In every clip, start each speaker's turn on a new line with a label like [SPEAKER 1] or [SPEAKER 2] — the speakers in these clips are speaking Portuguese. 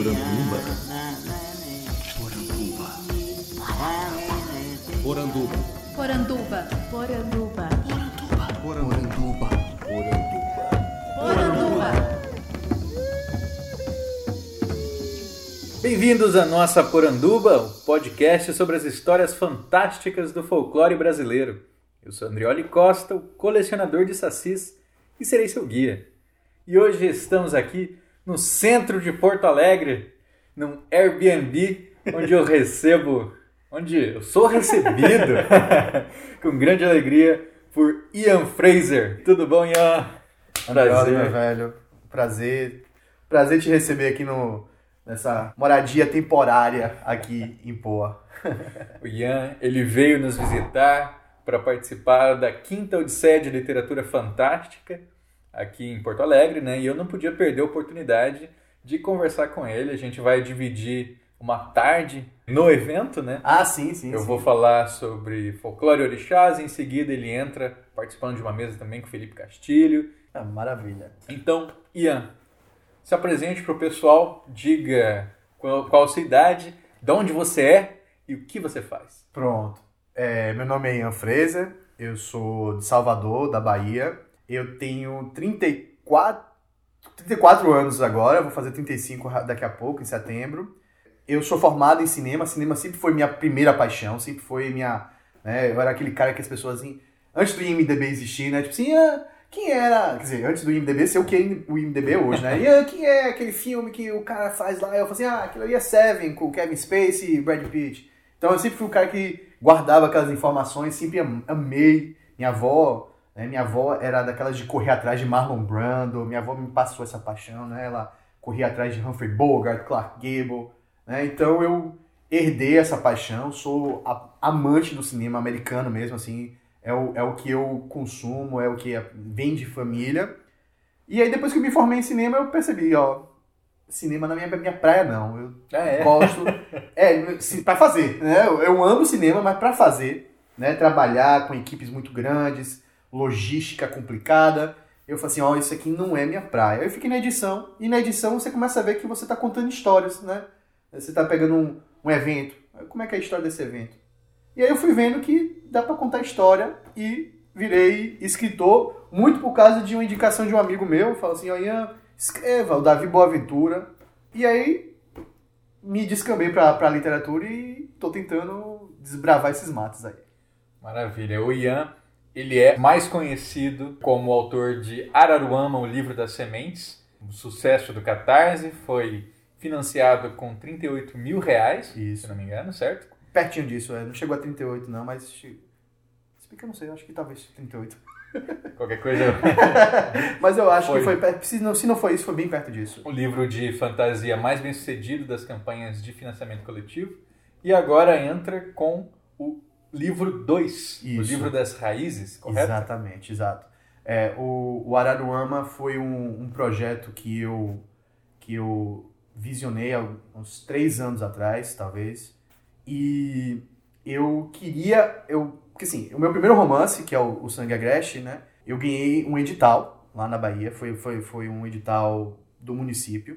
[SPEAKER 1] Poranduba. Poranduba.
[SPEAKER 2] Poranduba.
[SPEAKER 3] Poranduba.
[SPEAKER 1] Poranduba.
[SPEAKER 2] Poranduba.
[SPEAKER 4] Bem-vindos à nossa Poranduba, o podcast sobre as histórias fantásticas do folclore brasileiro. Eu sou Andrioli Costa, o colecionador de sacis, e serei seu guia. E hoje estamos aqui no centro de Porto Alegre, num Airbnb, onde eu sou recebido com grande alegria por Ian Fraser. Tudo bom, Ian?
[SPEAKER 5] Prazer, meu velho. Prazer te receber aqui nessa moradia temporária aqui em Poa.
[SPEAKER 4] O Ian, ele veio nos visitar para participar da 5ª Odisseia de Literatura Fantástica aqui em Porto Alegre, né? E eu não podia perder a oportunidade de conversar com ele. A gente vai dividir uma tarde no evento, né?
[SPEAKER 5] Ah, sim.
[SPEAKER 4] Eu vou falar sobre folclore e orixás, em seguida ele entra participando de uma mesa também com o Felipe Castilho.
[SPEAKER 5] Ah, maravilha.
[SPEAKER 4] Então, Ian, se apresente para o pessoal, diga qual a sua idade, de onde você é e o que você faz.
[SPEAKER 5] Pronto. Meu nome é Ian Fraser, eu sou de Salvador, da Bahia. Eu tenho 34 anos agora, vou fazer 35 daqui a pouco, em setembro. Eu sou formado em cinema sempre foi minha primeira paixão, sempre foi minha... Né, eu era aquele cara que as pessoas, assim, antes do IMDb existir, né, tipo assim, quem era... Quer dizer, antes do IMDb ser o que o IMDb é hoje, né, quem é aquele filme que o cara faz lá? Eu falei assim, aquilo ali é Seven, com Kevin Spacey e Brad Pitt. Então eu sempre fui o cara que guardava aquelas informações, sempre amei. Minha avó era daquelas de correr atrás de Marlon Brando, minha avó me passou essa paixão, né, ela corria atrás de Humphrey Bogart, Clark Gable, né, então eu herdei essa paixão, sou amante do cinema americano mesmo, assim, é o que eu consumo, é o que vem de família. E aí depois que eu me formei em cinema eu percebi, cinema não é minha praia não, eu gosto, pra fazer, né, eu amo cinema, mas pra fazer, né, trabalhar com equipes muito grandes, logística complicada, eu falei assim, isso aqui não é minha praia. Eu fiquei na edição, e na edição você começa a ver que você está contando histórias, né? Você está pegando um evento, como é que é a história desse evento? E aí eu fui vendo que dá para contar história e virei escritor, muito por causa de uma indicação de um amigo meu, falou assim, Ian, escreva, o Davi Boaventura, e aí me descambei para a literatura e estou tentando desbravar esses matos aí.
[SPEAKER 4] Maravilha, o Ian, ele é mais conhecido como autor de Araruama, o Livro das Sementes, um sucesso do Catarse, foi financiado com R$38 mil,
[SPEAKER 5] Isso.
[SPEAKER 4] Se não me engano, certo?
[SPEAKER 5] Pertinho disso, não chegou a 38 não, mas... Se bem que eu não sei, acho que talvez 38.
[SPEAKER 4] Qualquer coisa...
[SPEAKER 5] Mas eu acho que foi perto, se não foi isso, foi bem perto disso.
[SPEAKER 4] O livro de fantasia mais bem sucedido das campanhas de financiamento coletivo. E agora entra com o livro 2, o Livro das Raízes, correto?
[SPEAKER 5] Exatamente, exato. O Araruama foi um projeto que eu visionei há uns 3 anos atrás, talvez, e eu queria... Porque assim, o meu primeiro romance, que é o Sangue Agreste, né, eu ganhei um edital lá na Bahia, foi um edital do município,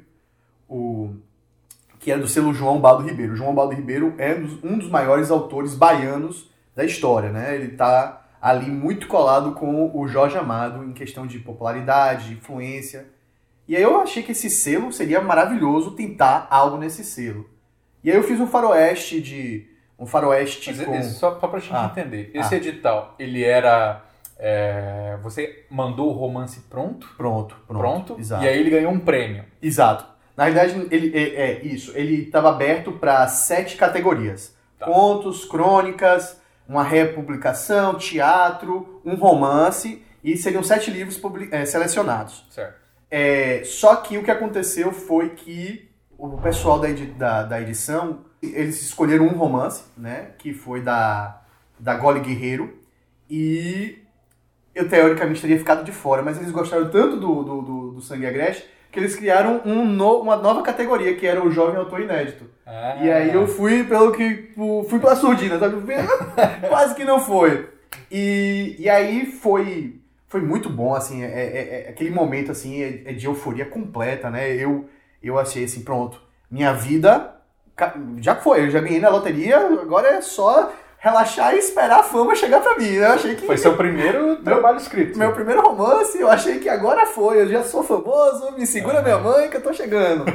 [SPEAKER 5] que era do selo João Baldo Ribeiro. O João Baldo Ribeiro é um dos maiores autores baianos da história, né? Ele está ali muito colado com o Jorge Amado em questão de popularidade, de influência. E aí eu achei que esse selo seria maravilhoso tentar algo nesse selo. E aí eu fiz um faroeste
[SPEAKER 4] Só pra gente entender, esse edital, ele era... você mandou o romance pronto?
[SPEAKER 5] Pronto, exato.
[SPEAKER 4] E aí ele ganhou um prêmio.
[SPEAKER 5] Exato. Na realidade, ele estava aberto para 7 categorias. Tá. Contos, crônicas, uma republicação, teatro, um romance, e seriam 7 livros selecionados.
[SPEAKER 4] Certo.
[SPEAKER 5] Só que o que aconteceu foi que o pessoal da edição, eles escolheram um romance, né, que foi da Gole Guerreiro, e eu teoricamente teria ficado de fora, mas eles gostaram tanto do Sangue Agreste que eles criaram uma nova categoria, que era o Jovem Autor Inédito. E aí eu fui pela surdina, sabe? Quase que não foi. E aí foi muito bom, assim, aquele momento, assim, de euforia completa, né? Eu achei, assim, pronto, minha vida já foi. Eu já ganhei na loteria, agora é só relaxar e esperar a fama chegar pra mim. Eu achei que...
[SPEAKER 4] Foi seu primeiro trabalho escrito.
[SPEAKER 5] Meu primeiro romance, eu achei que agora foi. Eu já sou famoso, me segura minha mãe que eu tô chegando.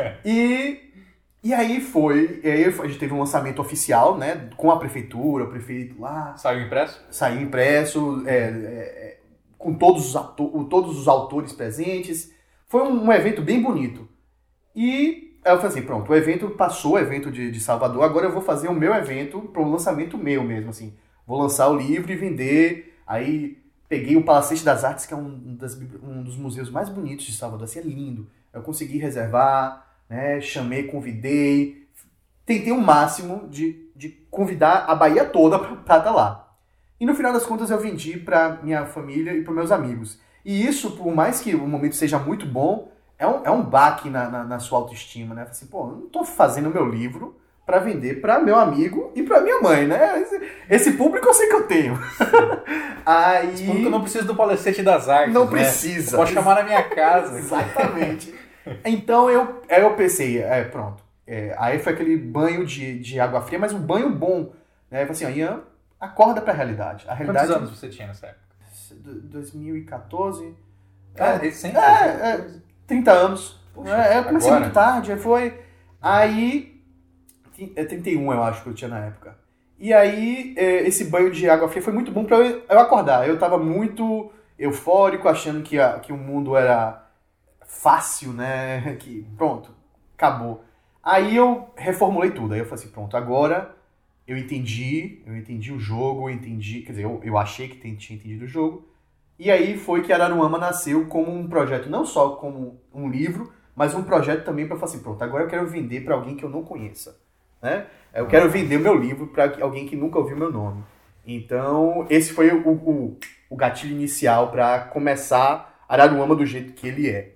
[SPEAKER 5] E aí foi. E aí a gente teve um lançamento oficial, né? Com a prefeitura, o prefeito lá.
[SPEAKER 4] Saiu impresso?
[SPEAKER 5] Saiu impresso, com todos os autores presentes. Foi um evento bem bonito. E aí eu falei assim, pronto, o evento passou, o evento de Salvador, agora eu vou fazer o meu evento para um lançamento meu mesmo, assim. Vou lançar o livro e vender. Aí peguei o Palacete das Artes, que é um dos museus mais bonitos de Salvador, assim, é lindo. Eu consegui reservar, né, chamei, convidei, tentei o máximo de convidar a Bahia toda para estar lá. E no final das contas eu vendi para minha família e para meus amigos. E isso, por mais que o momento seja muito bom, é um baque na sua autoestima, né? Assim, pô, eu não tô fazendo meu livro para vender para meu amigo e para minha mãe, né? Esse público eu sei que eu tenho. Aí...
[SPEAKER 4] Esse público não precisa do Palacete das Artes,
[SPEAKER 5] não
[SPEAKER 4] né?
[SPEAKER 5] precisa.
[SPEAKER 4] Pode chamar na minha casa.
[SPEAKER 5] Exatamente. Então eu pensei, pronto. Aí foi aquele banho de água fria, mas um banho bom. Né? Eu falei assim, ó, Ian, acorda pra realidade. A realidade.
[SPEAKER 4] Quantos anos você tinha nessa época?
[SPEAKER 5] 2014.
[SPEAKER 4] Recente?
[SPEAKER 5] 30 anos.
[SPEAKER 4] Puxa,
[SPEAKER 5] Eu comecei
[SPEAKER 4] agora?
[SPEAKER 5] muito tarde. Foi. Aí. 31, eu acho que eu tinha na época. E aí, esse banho de água fria foi muito bom pra eu acordar. Eu tava muito eufórico, achando que o mundo era fácil, né? Que pronto, acabou. Aí eu reformulei tudo. Aí eu falei assim, pronto, agora eu entendi o jogo, quer dizer, eu achei que tinha entendido o jogo. E aí foi que Araruama nasceu como um projeto, não só como um livro, mas um projeto também para falar assim, pronto, agora eu quero vender para alguém que eu não conheça. Né? Eu quero vender o meu livro para alguém que nunca ouviu meu nome. Então, esse foi o gatilho inicial para começar Araruama do jeito que ele é.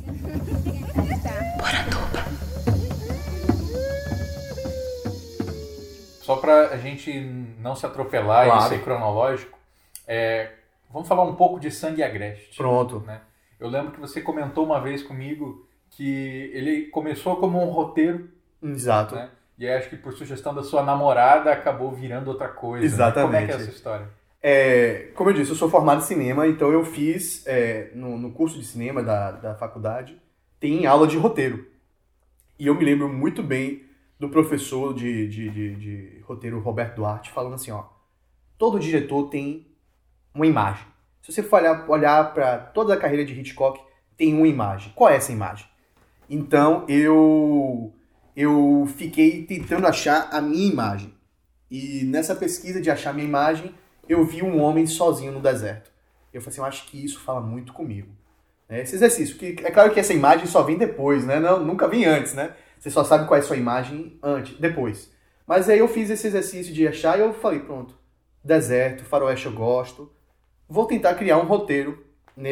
[SPEAKER 4] Só para a gente não se atropelar
[SPEAKER 5] Claro.
[SPEAKER 4] e ser cronológico, vamos falar um pouco de Sangue Agreste.
[SPEAKER 5] Pronto.
[SPEAKER 4] Né? Eu lembro que você comentou uma vez comigo que ele começou como um roteiro.
[SPEAKER 5] Exato.
[SPEAKER 4] Né? E aí acho que por sugestão da sua namorada acabou virando outra coisa.
[SPEAKER 5] Exatamente.
[SPEAKER 4] Né? Como é que é essa história?
[SPEAKER 5] Como eu disse, eu sou formado em cinema, então eu fiz, no curso de cinema da faculdade, tem aula de roteiro. E eu me lembro muito bem do professor de roteiro, Roberto Duarte, falando assim, ó, todo diretor tem uma imagem. Se você for olhar para toda a carreira de Hitchcock, tem uma imagem. Qual é essa imagem? Então, eu fiquei tentando achar a minha imagem. E nessa pesquisa de achar a minha imagem, eu vi um homem sozinho no deserto. Eu falei assim, eu acho que isso fala muito comigo. Esse exercício, que é claro que essa imagem só vem depois, né? Não, nunca vem antes, né? Você só sabe qual é a sua imagem depois. Mas aí eu fiz esse exercício de achar e eu falei, pronto, deserto, faroeste eu gosto. Vou tentar criar um roteiro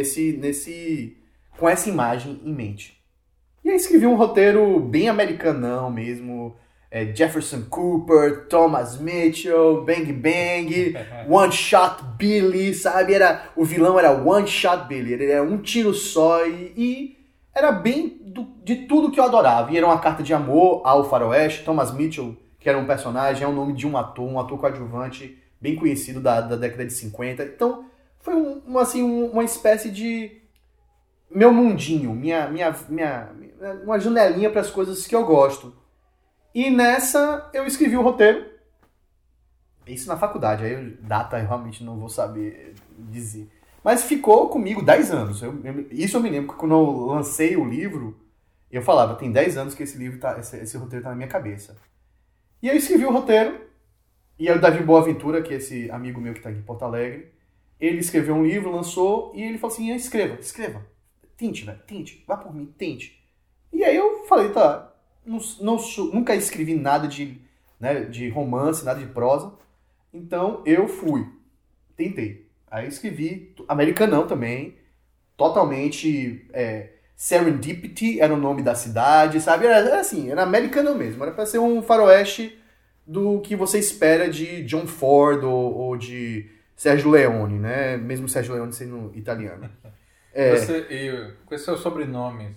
[SPEAKER 5] com essa imagem em mente. E aí escrevi um roteiro bem americanão mesmo. Jefferson Cooper, Thomas Mitchell, Bang Bang, One Shot Billy, sabe? O vilão era One Shot Billy, ele era um tiro só e era bem de tudo que eu adorava. E era uma carta de amor ao faroeste. Thomas Mitchell, que era um personagem, é o nome de um ator coadjuvante bem conhecido da década de 50. Então, foi uma espécie de meu mundinho, uma janelinha para as coisas que eu gosto. E nessa, eu escrevi o roteiro. Isso na faculdade, aí data eu realmente não vou saber dizer. Mas ficou comigo 10 anos. Isso eu me lembro, que quando eu lancei o livro, eu falava, tem 10 anos que esse roteiro tá na minha cabeça. E eu escrevi o roteiro, e aí o Davi Boaventura, que é esse amigo meu que tá aqui em Porto Alegre, ele escreveu um livro, lançou, e ele falou assim, escreva. Tente, velho, tente, vá por mim, tente. E aí eu falei, tá... nunca escrevi nada de romance, nada de prosa. Então eu tentei. Aí escrevi americanão também, totalmente Serendipity era o nome da cidade, sabe? Era assim, era americanão mesmo. Era pra ser um faroeste do que você espera de John Ford ou de Sergio Leone, né? Mesmo Sergio Leone sendo italiano.
[SPEAKER 4] Com esse seu sobrenome, assim,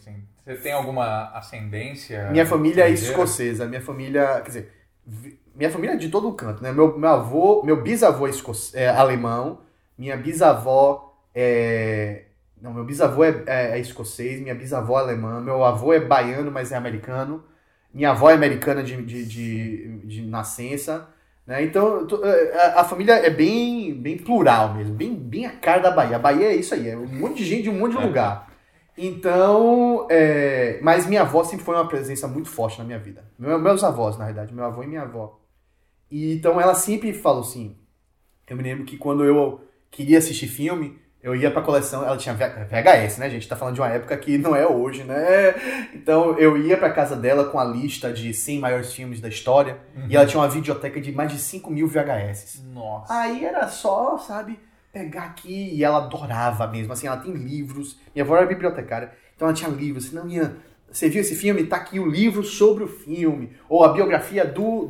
[SPEAKER 4] Você tem alguma ascendência?
[SPEAKER 5] Minha família é
[SPEAKER 4] estrangeira?
[SPEAKER 5] escocesa. Minha família, quer dizer, minha família é de todo o canto, né? Meu bisavô é alemão, minha bisavó é... Não, meu bisavô é escocês, minha bisavó é alemã, meu avô é baiano, mas é americano, minha avó é americana de nascença, né? Então, a família é bem plural mesmo, bem a cara da Bahia. A Bahia é isso aí, é um monte de gente de um monte de lugar. Então, mas minha avó sempre foi uma presença muito forte na minha vida. Meus avós, na verdade, meu avô e minha avó. E, então, ela sempre falou assim, eu me lembro que quando eu queria assistir filme, eu ia pra coleção, ela tinha VHS, né, gente? Tá falando de uma época que não é hoje, né? Então, eu ia pra casa dela com a lista de 100 maiores filmes da história, e ela tinha uma videoteca de mais de 5.000 VHS.
[SPEAKER 4] Nossa.
[SPEAKER 5] Aí era só, sabe, pegar aqui, e ela adorava mesmo, assim, ela tem livros, minha avó era bibliotecária, então ela tinha livros, assim, não, Ian, você viu esse filme? Tá aqui o livro sobre o filme, ou a biografia do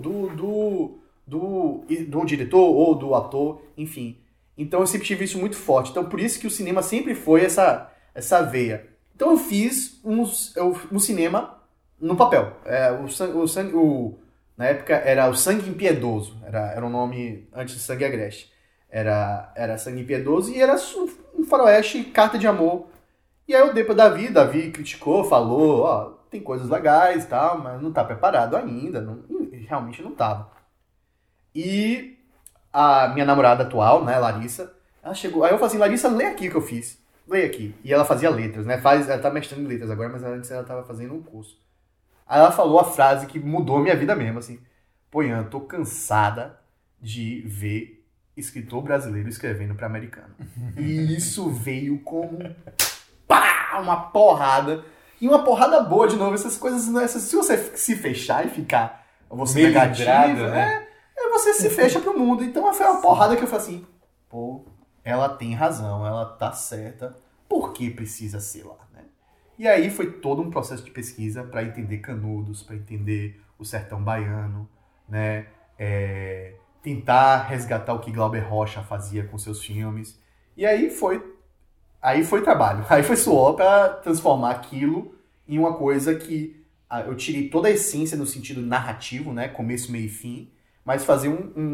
[SPEAKER 5] diretor, ou do ator, enfim. Então eu sempre tive isso muito forte, então por isso que o cinema sempre foi essa veia. Então eu fiz um cinema no papel, na época era o Sangue Impiedoso, era o nome antes de Sangue Agreste. Era Sangue Impiedoso e era um faroeste, carta de amor. E aí eu dei pra Davi criticou, falou, ó, tem coisas legais e tal, mas não tá preparado ainda, realmente não tava. E a minha namorada atual, né, Larissa, ela chegou, aí eu falei assim, Larissa, lê aqui o que eu fiz, lê aqui. E ela fazia letras, né, ela tá mestrando em letras agora, mas antes ela tava fazendo um curso. Aí ela falou a frase que mudou a minha vida mesmo, assim, pô, Ian, tô cansada de ver escritor brasileiro escrevendo para americano. E isso veio como pá, uma porrada. E uma porrada boa, de novo. Essas coisas, se você se fechar e ficar você negativo, né? Você se fecha pro mundo. Então foi uma porrada que eu falei assim, pô, ela tem razão, ela tá certa. Por que precisa ser lá, né? E aí foi todo um processo de pesquisa para entender Canudos, para entender o sertão baiano, né? Tentar resgatar o que Glauber Rocha fazia com seus filmes. E aí foi trabalho. Aí foi suor para transformar aquilo em uma coisa que eu tirei toda a essência no sentido narrativo, né? Começo, meio e fim, mas fazer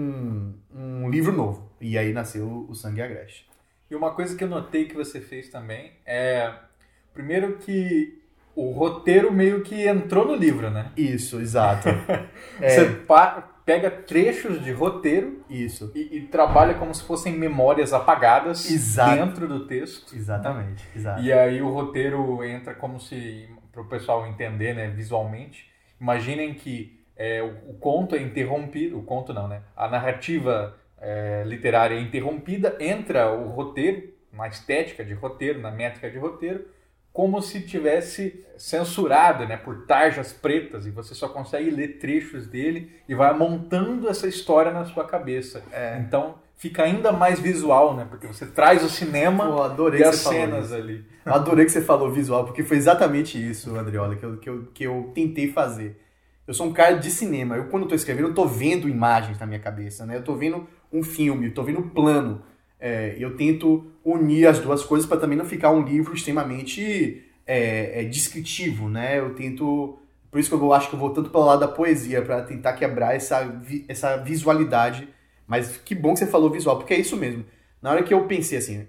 [SPEAKER 5] um livro novo. E aí nasceu o Sangue Agreste.
[SPEAKER 4] E uma coisa que eu notei que você fez também é, primeiro que o roteiro meio que entrou no livro, né?
[SPEAKER 5] Isso, exato.
[SPEAKER 4] Você pega trechos de roteiro
[SPEAKER 5] isso.
[SPEAKER 4] E trabalha como se fossem memórias apagadas dentro do texto.
[SPEAKER 5] Exatamente, exato.
[SPEAKER 4] E aí o roteiro entra como se, para o pessoal entender, né, visualmente, imaginem que o conto é interrompido, o conto não, né? A narrativa literária é interrompida, entra o roteiro, na estética de roteiro, na métrica de roteiro, como se tivesse censurado, né, por tarjas pretas, e você só consegue ler trechos dele e vai montando essa história na sua cabeça. Então fica ainda mais visual, né, porque você traz o cinema e as cenas ali.
[SPEAKER 5] Eu adorei que você falou visual, porque foi exatamente isso, Andriola, que eu tentei fazer. Eu sou um cara de cinema, eu quando estou escrevendo, eu estou vendo imagens na minha cabeça, né? Eu estou vendo um filme, estou vendo um plano. Eu tento unir as duas coisas para também não ficar um livro extremamente descritivo, né? Eu tento... Por isso que eu acho que eu vou tanto pelo lado da poesia, para tentar quebrar essa visualidade. Mas que bom que você falou visual, porque é isso mesmo. Na hora que eu pensei assim,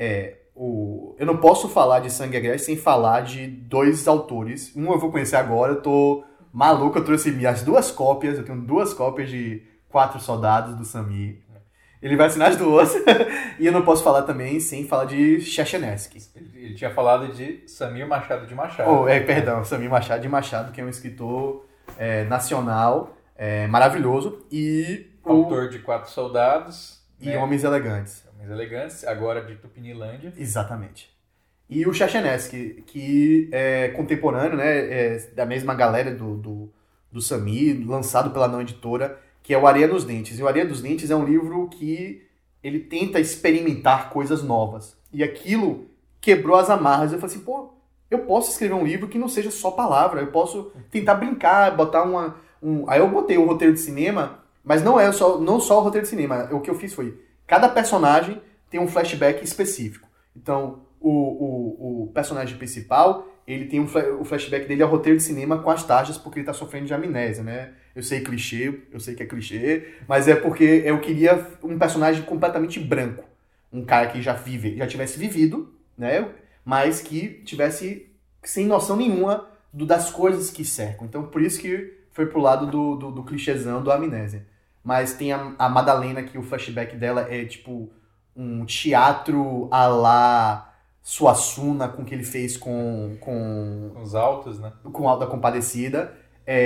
[SPEAKER 5] eu não posso falar de Sangue Agreste sem falar de dois autores. Um eu vou conhecer agora, eu tô maluco, eu trouxe minhas duas cópias, eu tenho 2 cópias de 4 Soldados do Samir. Ele vai assinar as duas. E eu não posso falar também sem falar de Chechensky.
[SPEAKER 4] Ele tinha falado de Samir Machado de Machado.
[SPEAKER 5] Samir Machado de Machado, que é um escritor nacional, maravilhoso. E
[SPEAKER 4] autor de 4 Soldados.
[SPEAKER 5] E Homens Elegantes.
[SPEAKER 4] Homens Elegantes, agora de Tupinilândia.
[SPEAKER 5] Exatamente. E o Chechensky, que é contemporâneo, né, da mesma galera do Samir, lançado pela Não Editora, que é o Areia dos Dentes. E o Areia dos Dentes é um livro que ele tenta experimentar coisas novas. E aquilo quebrou as amarras. Eu falei assim, pô, eu posso escrever um livro que não seja só palavra, eu posso tentar brincar, botar Aí eu botei o roteiro de cinema, mas não só o roteiro de cinema. O que eu fiz foi, cada personagem tem um flashback específico. Então, o personagem principal, ele tem o flashback dele ao roteiro de cinema com as taxas, porque ele tá sofrendo de amnésia, né? Eu sei que é clichê, mas é porque eu queria um personagem completamente branco. Um cara que já tivesse vivido, né? Mas que tivesse sem noção nenhuma das coisas que cercam. Então, por isso que foi pro lado do clichêzão do amnésia. Mas tem a Madalena, que o flashback dela é tipo um teatro à la Suassuna, com o que ele fez com
[SPEAKER 4] os altos, né?
[SPEAKER 5] Com o Alto da Compadecida.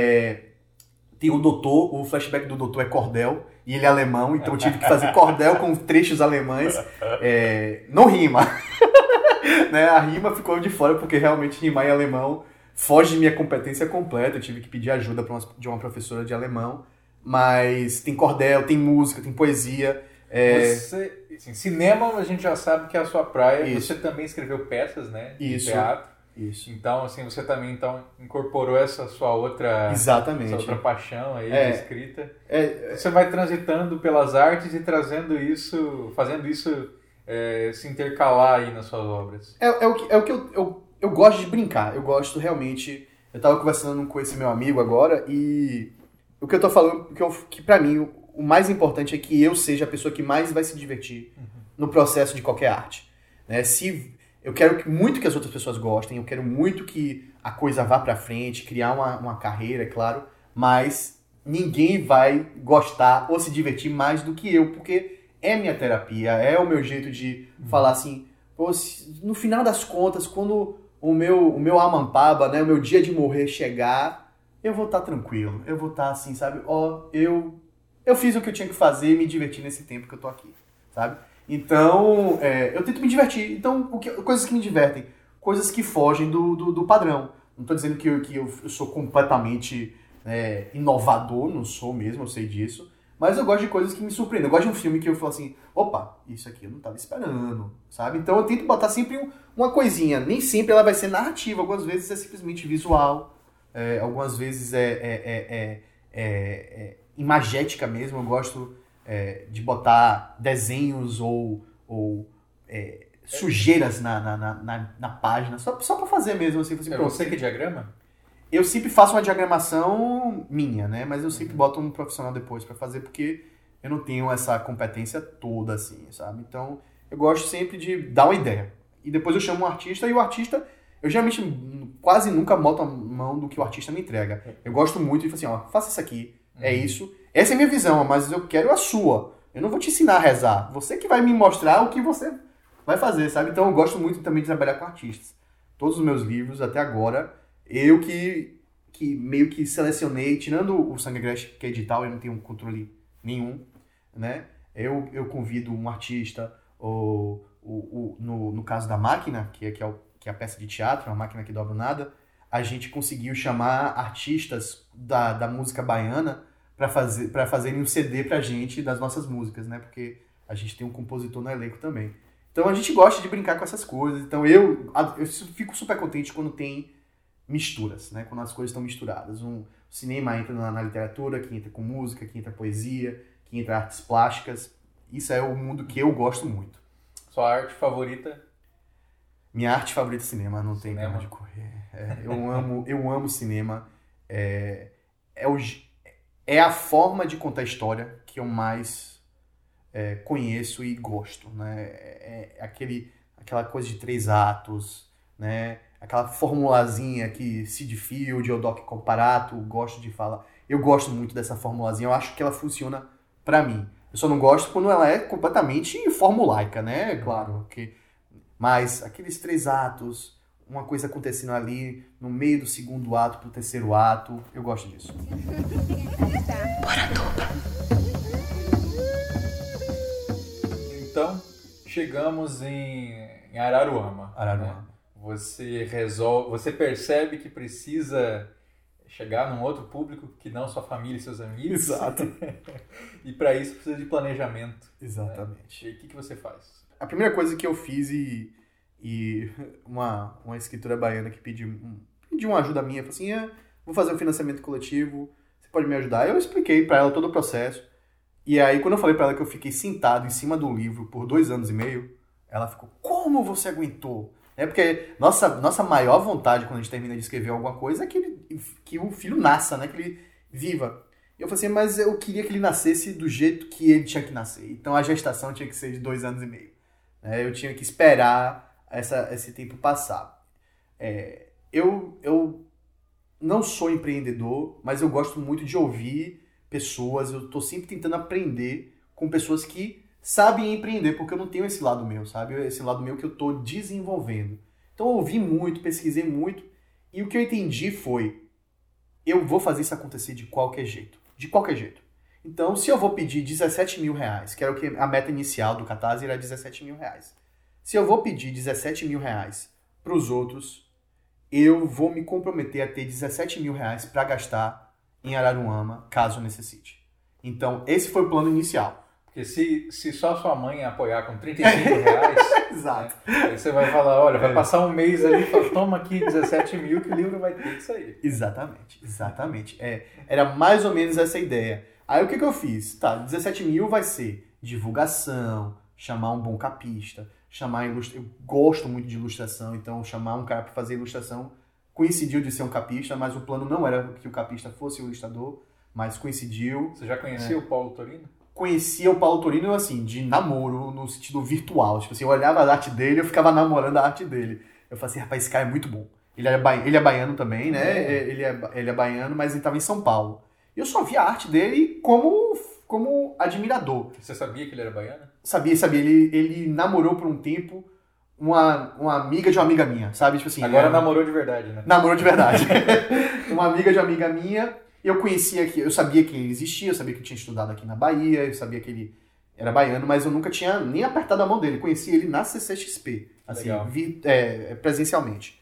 [SPEAKER 5] Tem o flashback do doutor é cordel, e ele é alemão, então eu tive que fazer cordel com trechos alemães. Não rima. Né? A rima ficou de fora, porque realmente rimar em alemão foge de minha competência completa. Eu tive que pedir ajuda de uma professora de alemão. Mas tem cordel, tem música, tem poesia.
[SPEAKER 4] Você, assim, cinema a gente já sabe que é a sua praia.
[SPEAKER 5] Isso.
[SPEAKER 4] Você também escreveu peças, né? De
[SPEAKER 5] Isso.
[SPEAKER 4] teatro.
[SPEAKER 5] Isso.
[SPEAKER 4] Então, assim, você também incorporou essa sua outra...
[SPEAKER 5] Exatamente.
[SPEAKER 4] Essa outra paixão aí de escrita. Você vai transitando pelas artes e trazendo isso, fazendo isso se intercalar aí nas suas obras.
[SPEAKER 5] É o que eu gosto de brincar. Eu gosto realmente... Eu tava conversando com esse meu amigo agora e o que eu tô falando, que pra mim o mais importante é que eu seja a pessoa que mais vai se divertir no processo de qualquer arte. Né? Eu quero muito que as outras pessoas gostem, eu quero muito que a coisa vá pra frente, criar uma carreira, é claro, mas ninguém vai gostar ou se divertir mais do que eu, porque é minha terapia, é o meu jeito de falar assim, pô, no final das contas, quando o meu Amampaba, né, o meu dia de morrer chegar, eu vou estar tranquilo, eu vou estar assim, sabe, eu fiz o que eu tinha que fazer e me divertir nesse tempo que eu tô aqui, sabe? Então, eu tento me divertir. Então, coisas que me divertem, coisas que fogem do padrão. Não tô dizendo que eu sou completamente inovador, não sou mesmo, eu sei disso, mas eu gosto de coisas que me surpreendem. Eu gosto de um filme que eu falo assim, opa, isso aqui eu não tava esperando, sabe? Então eu tento botar sempre uma coisinha. Nem sempre ela vai ser narrativa, algumas vezes é simplesmente visual, algumas vezes imagética mesmo. Eu gosto de botar desenhos ou sujeiras na página, só pra fazer mesmo. Assim,
[SPEAKER 4] você que diagrama?
[SPEAKER 5] Eu sempre faço uma diagramação minha, né? Mas eu sempre boto um profissional depois pra fazer, porque eu não tenho essa competência toda, assim, sabe? Então, eu gosto sempre de dar uma ideia. E depois eu chamo um artista, e o artista, eu geralmente quase nunca boto a mão do que o artista me entrega. Eu gosto muito de falar assim, ó, faça isso aqui, é isso. Essa é a minha visão, mas eu quero a sua. Eu não vou te ensinar a rezar. Você que vai me mostrar o que você vai fazer, sabe? Então, eu gosto muito também de trabalhar com artistas. Todos os meus livros, até agora, eu que meio que selecionei, tirando o Sangue Agreste, que é edital, eu não tenho controle nenhum, né? Eu convido um artista, no caso da Máquina, que é a peça de teatro, uma máquina que dobra nada, a gente conseguiu chamar artistas da música baiana para fazerem um CD pra gente das nossas músicas, né? Porque a gente tem um compositor no elenco também. Então a gente gosta de brincar com essas coisas. Então eu fico super contente quando tem misturas, né? Quando as coisas estão misturadas. O cinema entra na literatura, que entra com música, que entra poesia, que entra artes plásticas. Isso é o mundo que eu gosto muito.
[SPEAKER 4] Sua arte favorita?
[SPEAKER 5] Minha arte favorita é cinema, não tem como de correr. Eu amo cinema. É a forma de contar história que eu mais conheço e gosto, né? Aquela coisa de 3 atos, né? Aquela formulazinha que Sid Field ou Doc Comparato gosto de falar. Eu gosto muito dessa formulazinha, eu acho que ela funciona pra mim. Eu só não gosto quando ela é completamente formulaica, né? Claro, mas aqueles 3 atos, uma coisa acontecendo ali no meio do 2º ato pro 3º ato, eu gosto disso.
[SPEAKER 4] Então, chegamos em Araruama.
[SPEAKER 5] Araruama.
[SPEAKER 4] Né? Você percebe que precisa chegar num outro público que não sua família e seus amigos.
[SPEAKER 5] Exato.
[SPEAKER 4] E para isso precisa de planejamento.
[SPEAKER 5] Exatamente.
[SPEAKER 4] Né? E o que você faz?
[SPEAKER 5] A primeira coisa que eu fiz e uma escritora baiana que pediu uma ajuda minha, falou assim, vou fazer um financiamento coletivo, você pode me ajudar? Eu expliquei para ela todo o processo. E aí, quando eu falei para ela que eu fiquei sentado em cima do livro por 2 anos e meio, ela ficou, como você aguentou? Porque nossa maior vontade quando a gente termina de escrever alguma coisa é que o filho nasça, né? Que ele viva. E eu falei assim, mas eu queria que ele nascesse do jeito que ele tinha que nascer. Então a gestação tinha que ser de 2 anos e meio. Eu tinha que esperar esse tempo passar. Eu não sou empreendedor, mas eu gosto muito de ouvir pessoas. Eu estou sempre tentando aprender com pessoas que sabem empreender, porque eu não tenho esse lado meu, sabe? Esse lado meu que eu estou desenvolvendo. Então eu ouvi muito, pesquisei muito, e o que eu entendi foi, eu vou fazer isso acontecer de qualquer jeito. De qualquer jeito. Então, se eu vou pedir 17 mil reais, que era o que a meta inicial do Catarse era 17 mil reais. Se eu vou pedir 17 mil reais para os outros, eu vou me comprometer a ter 17 mil reais para gastar em Araruama, caso necessite. Então, esse foi o plano inicial.
[SPEAKER 4] Porque se só sua mãe apoiar com 35 reais,
[SPEAKER 5] Exato.
[SPEAKER 4] Né, aí você vai falar, olha, vai passar um mês ali e fala, toma aqui 17 mil que o livro vai ter que sair.
[SPEAKER 5] Exatamente. Era mais ou menos essa ideia. Aí o que eu fiz? Tá, 17 mil vai ser divulgação, chamar um bom capista, eu gosto muito de ilustração, então chamar um cara para fazer ilustração coincidiu de ser um capista, mas o plano não era que o capista fosse o ilustrador, mas coincidiu.
[SPEAKER 4] Você já conhecia o Paulo Torino?
[SPEAKER 5] Conhecia o Paulo Torino, assim, de namoro, no sentido virtual. Tipo assim, eu olhava a arte dele, eu ficava namorando a arte dele. Eu falei assim, rapaz, esse cara é muito bom. Ele é baiano também, né? Ele é baiano, mas ele estava em São Paulo. E eu só via a arte dele como admirador.
[SPEAKER 4] Você sabia que ele era baiano?
[SPEAKER 5] Sabia. Ele namorou por um tempo uma amiga de uma amiga minha, sabe? Tipo assim,
[SPEAKER 4] agora namorou de verdade, né?
[SPEAKER 5] Namorou de verdade. Uma amiga de uma amiga minha. Eu sabia que ele existia, eu sabia que ele tinha estudado aqui na Bahia, eu sabia que ele era baiano, mas eu nunca tinha nem apertado a mão dele. Conheci ele na CCXP, assim, presencialmente.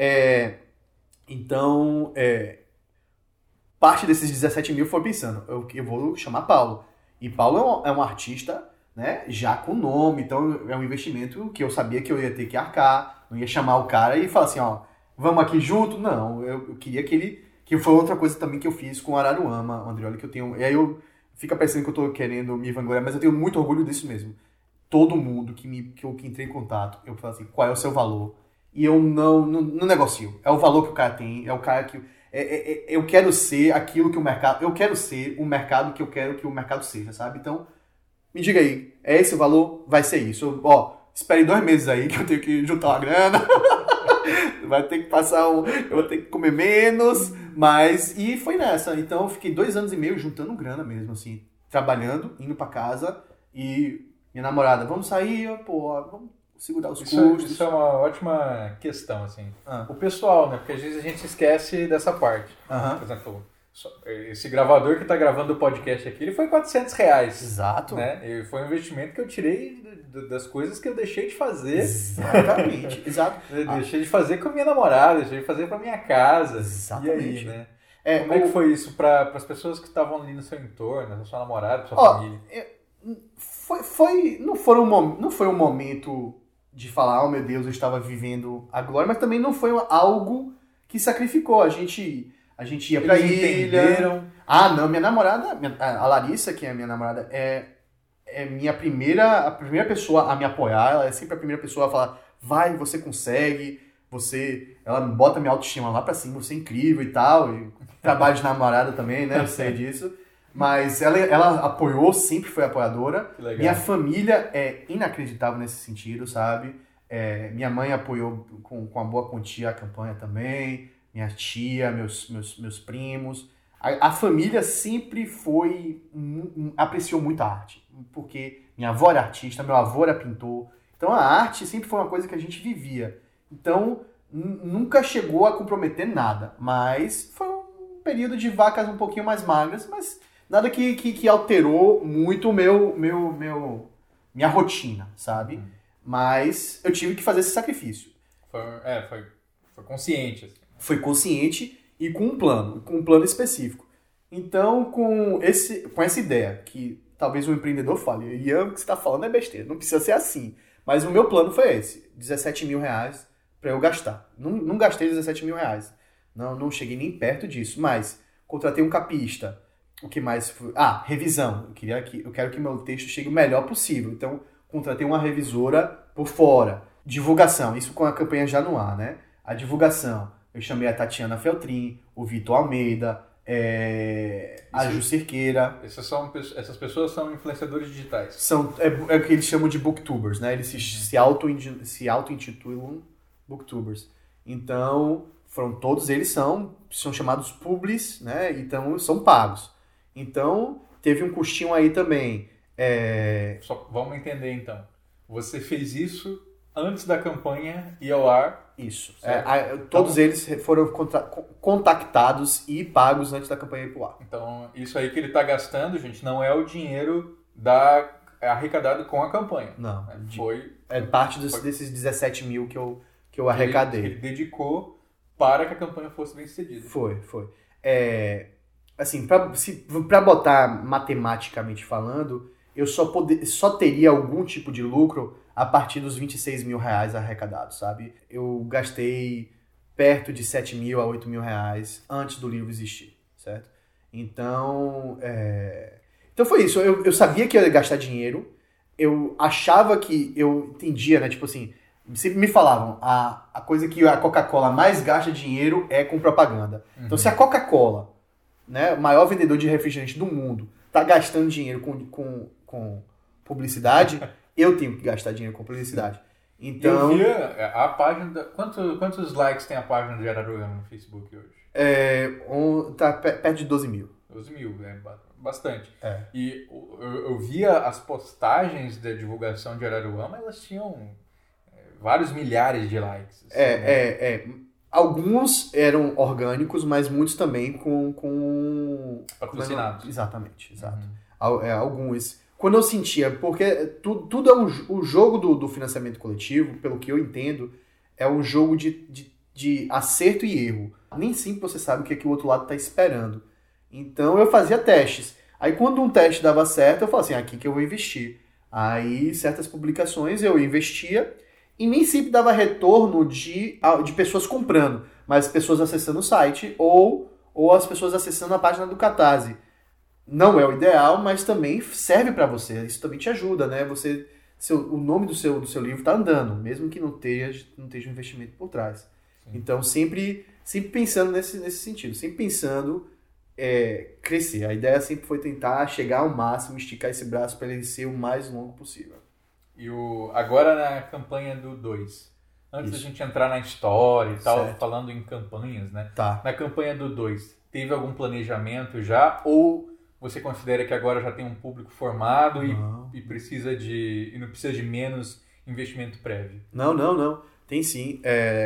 [SPEAKER 5] Então, parte desses 17 mil foi pensando, eu vou chamar Paulo. E Paulo é um artista, né, já com nome, então é um investimento que eu sabia que eu ia ter que arcar, não ia chamar o cara e falar assim, ó, vamos aqui junto? Não, eu queria que foi outra coisa também que eu fiz com Araruama, Andrioli, que eu tenho... E aí fica parecendo que eu tô querendo me vangloriar, mas eu tenho muito orgulho disso mesmo. Todo mundo que entrei em contato, eu falo assim, qual é o seu valor? E eu não negocio. É o valor que o cara tem, é o cara que... eu quero ser aquilo que o mercado... Eu quero ser o mercado que eu quero que o mercado seja, sabe? Então, me diga aí, é esse o valor? Vai ser isso. Espere 2 meses aí que eu tenho que juntar uma grana. Vai ter que eu vou ter que comer menos, e foi nessa. Então eu fiquei 2 anos e meio juntando grana mesmo, assim, trabalhando, indo pra casa, e minha namorada, vamos sair, vamos segurar os custos.
[SPEAKER 4] Isso é uma ótima questão, assim. O pessoal, né, porque às vezes a gente esquece dessa parte. Por exemplo, esse gravador que tá gravando o podcast aqui, ele foi R$400.
[SPEAKER 5] Exato.
[SPEAKER 4] Né? E foi um investimento que eu tirei das coisas que eu deixei de fazer.
[SPEAKER 5] Exatamente, exato.
[SPEAKER 4] Eu deixei de fazer com a minha namorada, deixei de fazer pra minha casa.
[SPEAKER 5] Exatamente.
[SPEAKER 4] E aí, né? Como é que foi isso para as pessoas que estavam ali no seu entorno, na sua namorada, na sua família?
[SPEAKER 5] Não foi um momento de falar, oh meu Deus, eu estava vivendo a glória, mas também não foi algo que sacrificou. A gente ia pra ilha.
[SPEAKER 4] Entenderam?
[SPEAKER 5] Não, minha namorada, a Larissa, que é a minha namorada, é a primeira pessoa a me apoiar. Ela é sempre a primeira pessoa a falar, vai, você consegue, ela bota minha autoestima lá pra cima, você é incrível e tal. E trabalho de namorada também, né? Eu sei disso. Mas ela apoiou, sempre foi apoiadora. Minha família é inacreditável nesse sentido, sabe? Minha mãe apoiou com uma boa quantia a campanha também. Minha tia, meus primos. A família sempre apreciou muito a arte. Porque minha avó era artista, meu avô era pintor. Então a arte sempre foi uma coisa que a gente vivia. Então nunca chegou a comprometer nada. Mas foi um período de vacas um pouquinho mais magras, mas nada que alterou muito minha rotina, sabe? Mas eu tive que fazer esse sacrifício.
[SPEAKER 4] Foi consciente. Assim.
[SPEAKER 5] Foi consciente e com um plano específico. Então, com essa ideia, que talvez um empreendedor fale, Ian, o que você está falando é besteira, não precisa ser assim. Mas o meu plano foi esse, 17 mil reais para eu gastar. Não gastei 17 mil reais. Não cheguei nem perto disso, mas contratei um capista. O que mais foi? Revisão. Eu quero que meu texto chegue o melhor possível. Então, contratei uma revisora por fora. Divulgação, isso com a campanha já no ar, né? A divulgação, eu chamei a Tatiana Feltrin, o Vitor Almeida, a Ju Cerqueira.
[SPEAKER 4] Essas pessoas são influenciadores digitais.
[SPEAKER 5] É o que eles chamam de booktubers, né? Eles se auto-intitulam booktubers. Então, todos eles são chamados publis, né? Então, são pagos. Então, teve um custinho aí também.
[SPEAKER 4] Só vamos entender, então. Você fez isso antes da campanha ir ao ar.
[SPEAKER 5] Isso. Todos eles foram contactados e pagos antes da campanha ir pro ar.
[SPEAKER 4] Então, isso aí que ele está gastando, gente, não é o dinheiro arrecadado com a campanha.
[SPEAKER 5] Não.
[SPEAKER 4] Foi...
[SPEAKER 5] É parte desses 17 mil que eu arrecadei.
[SPEAKER 4] Que ele dedicou para que a campanha fosse bem sucedida.
[SPEAKER 5] Foi. Assim, para botar matematicamente falando, eu só teria algum tipo de lucro a partir dos 26 mil reais arrecadados, sabe? Eu gastei perto de 7 mil a 8 mil reais antes do livro existir, certo? Então foi isso. Eu sabia que eu ia gastar dinheiro, eu achava que eu entendia, né? Tipo assim, sempre me falavam, a coisa que a Coca-Cola mais gasta dinheiro é com propaganda. Uhum. Então, se a Coca-Cola, né, o maior vendedor de refrigerante do mundo, tá gastando dinheiro com publicidade, eu tenho que gastar dinheiro com publicidade. Então,
[SPEAKER 4] eu vi a página... Quantos likes tem a página de Araruama no Facebook hoje?
[SPEAKER 5] Tá perto de 12 mil.
[SPEAKER 4] 12 mil, bastante. E eu via as postagens da divulgação de Araruama, elas tinham vários milhares de likes. Assim,
[SPEAKER 5] Alguns eram orgânicos, mas muitos também com
[SPEAKER 4] patrocinados.
[SPEAKER 5] Exatamente, exato. Alguns. Quando eu sentia, porque tudo é o jogo do financiamento coletivo, pelo que eu entendo, é um jogo de acerto e erro. Nem sempre você sabe o que o outro lado está esperando. Então eu fazia testes. Aí quando um teste dava certo, eu falava assim, aqui que eu vou investir. Aí certas publicações eu investia e nem sempre dava retorno de pessoas comprando, mas pessoas acessando o site ou as pessoas acessando a página do Catarse. Não é o ideal, mas também serve para você. Isso também te ajuda, né? O nome do seu livro está andando, mesmo que não esteja um investimento por trás. Sim. Então, sempre pensando nesse sentido. Sempre pensando crescer. A ideia sempre foi tentar chegar ao máximo, esticar esse braço para ele ser o mais longo possível.
[SPEAKER 4] E agora na campanha do 2, antes da gente entrar na história e tal, certo, falando em campanhas, né?
[SPEAKER 5] Tá.
[SPEAKER 4] Na campanha do 2, teve algum planejamento já? Ou você considera que agora já tem um público formado e não precisa de menos investimento prévio?
[SPEAKER 5] Não. Tem sim.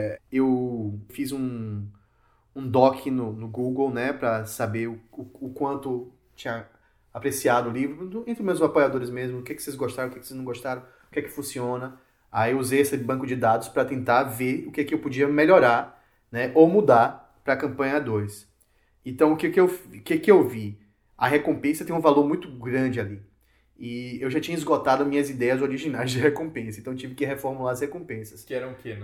[SPEAKER 5] Eu fiz um doc no Google, né, para saber o quanto tinha apreciado o livro, entre meus apoiadores mesmo, o que vocês gostaram, o que vocês não gostaram, o que funciona. Aí eu usei esse banco de dados para tentar ver o que eu podia melhorar, né, ou mudar para a campanha 2. Então, o que eu vi? A recompensa tem um valor muito grande ali. E eu já tinha esgotado minhas ideias originais de recompensa, então tive que reformular as recompensas.
[SPEAKER 4] Que eram o quê?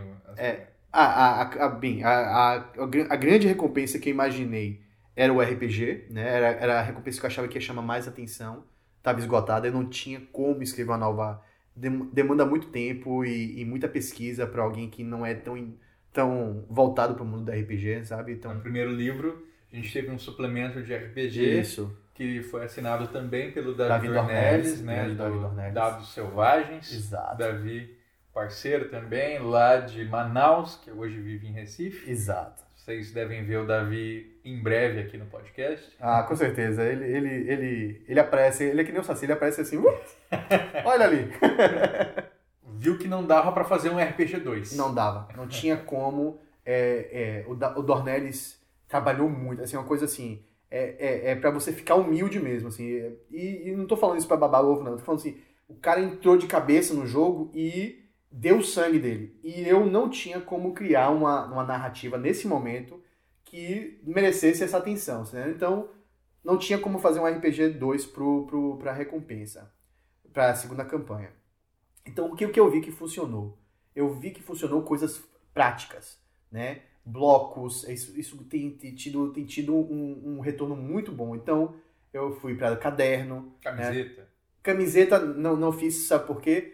[SPEAKER 5] A grande recompensa que eu imaginei era o RPG, né? Era a recompensa que eu achava que ia chamar mais atenção. Estava esgotada, eu não tinha como escrever uma nova. Demanda muito tempo e muita pesquisa para alguém que não é tão voltado para o mundo do RPG, sabe? Então,
[SPEAKER 4] no primeiro livro, a gente teve um suplemento de RPG.
[SPEAKER 5] Isso.
[SPEAKER 4] Que foi assinado também pelo Davi Dornelles, né? Dados Selvagens.
[SPEAKER 5] Exato.
[SPEAKER 4] Davi, parceiro também, lá de Manaus, que hoje vive em Recife.
[SPEAKER 5] Exato.
[SPEAKER 4] Vocês devem ver o Davi em breve aqui no podcast.
[SPEAKER 5] Ah, com certeza. Ele aparece, ele é que nem o Saci, ele aparece assim, olha ali.
[SPEAKER 4] Viu que não dava para fazer um RPG 2.
[SPEAKER 5] Não dava, não tinha como. O Dornelles trabalhou muito, assim, uma coisa assim, pra você ficar humilde mesmo, assim, e não tô falando isso pra babar ovo, não, tô falando assim, o cara entrou de cabeça no jogo e deu o sangue dele, e eu não tinha como criar uma narrativa nesse momento que merecesse essa atenção, né? Então não tinha como fazer um RPG 2 pra recompensa, pra segunda campanha. Então o que eu vi que funcionou? Eu vi que funcionou coisas práticas, né? Blocos, isso tem tido um retorno muito bom. Então, eu fui para caderno.
[SPEAKER 4] Camiseta.
[SPEAKER 5] Né? Camiseta não fiz, sabe por quê?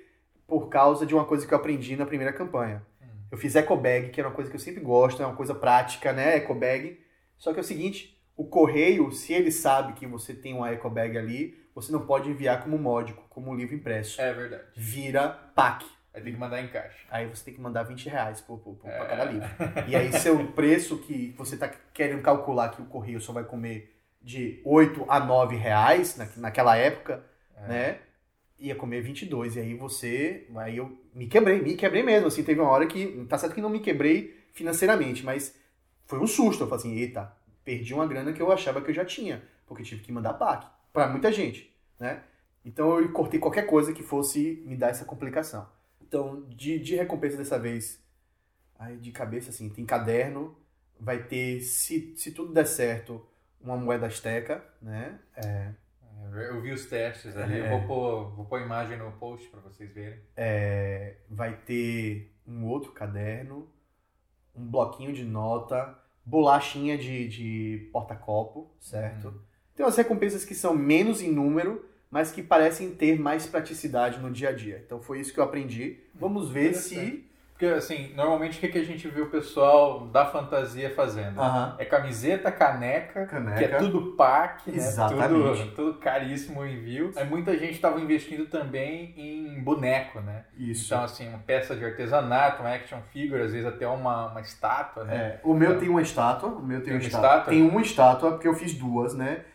[SPEAKER 5] por causa de uma coisa que eu aprendi na primeira campanha. Eu fiz eco bag, que é uma coisa que eu sempre gosto, é uma coisa prática, né? Eco bag. Só que é o seguinte, o correio, se ele sabe que você tem uma eco bag ali, você não pode enviar como módico, como livro impresso.
[SPEAKER 4] É verdade.
[SPEAKER 5] Vira PAC.
[SPEAKER 4] Aí tem que mandar em caixa.
[SPEAKER 5] Aí você tem que mandar R$20 para cada livro. E aí seu preço que você está querendo calcular que o correio só vai comer de R$8 a R$9 naquela época, né? Ia comer 22. E aí eu me quebrei mesmo. Assim, teve uma hora que, tá certo que não me quebrei financeiramente, mas foi um susto. Eu falei assim, eita, perdi uma grana que eu achava que eu já tinha, porque tive que mandar PAC para muita gente, né? Então eu cortei qualquer coisa que fosse me dar essa complicação. Então, de recompensa dessa vez, aí de cabeça, assim, tem caderno, vai ter, se tudo der certo, uma moeda asteca, né?
[SPEAKER 4] Eu vi os testes ali, eu vou pôr a imagem no post para vocês verem.
[SPEAKER 5] Vai ter um outro caderno, um bloquinho de nota, bolachinha de porta-copo, certo? Tem umas recompensas que são menos em número, mas que parecem ter mais praticidade no dia a dia. Então foi isso que eu aprendi. Vamos ver se...
[SPEAKER 4] Porque, assim, normalmente o que a gente vê o pessoal da fantasia fazendo? É camiseta, caneca, que é tudo PAC, né?
[SPEAKER 5] Exatamente.
[SPEAKER 4] Tudo caríssimo o envio. Aí muita gente estava investindo também em boneco, né?
[SPEAKER 5] Isso.
[SPEAKER 4] Então, assim, uma peça de artesanato, uma action figure, às vezes até uma estátua, né?
[SPEAKER 5] O meu tem uma estátua. Tem uma estátua? Tem uma estátua, porque eu fiz duas, né?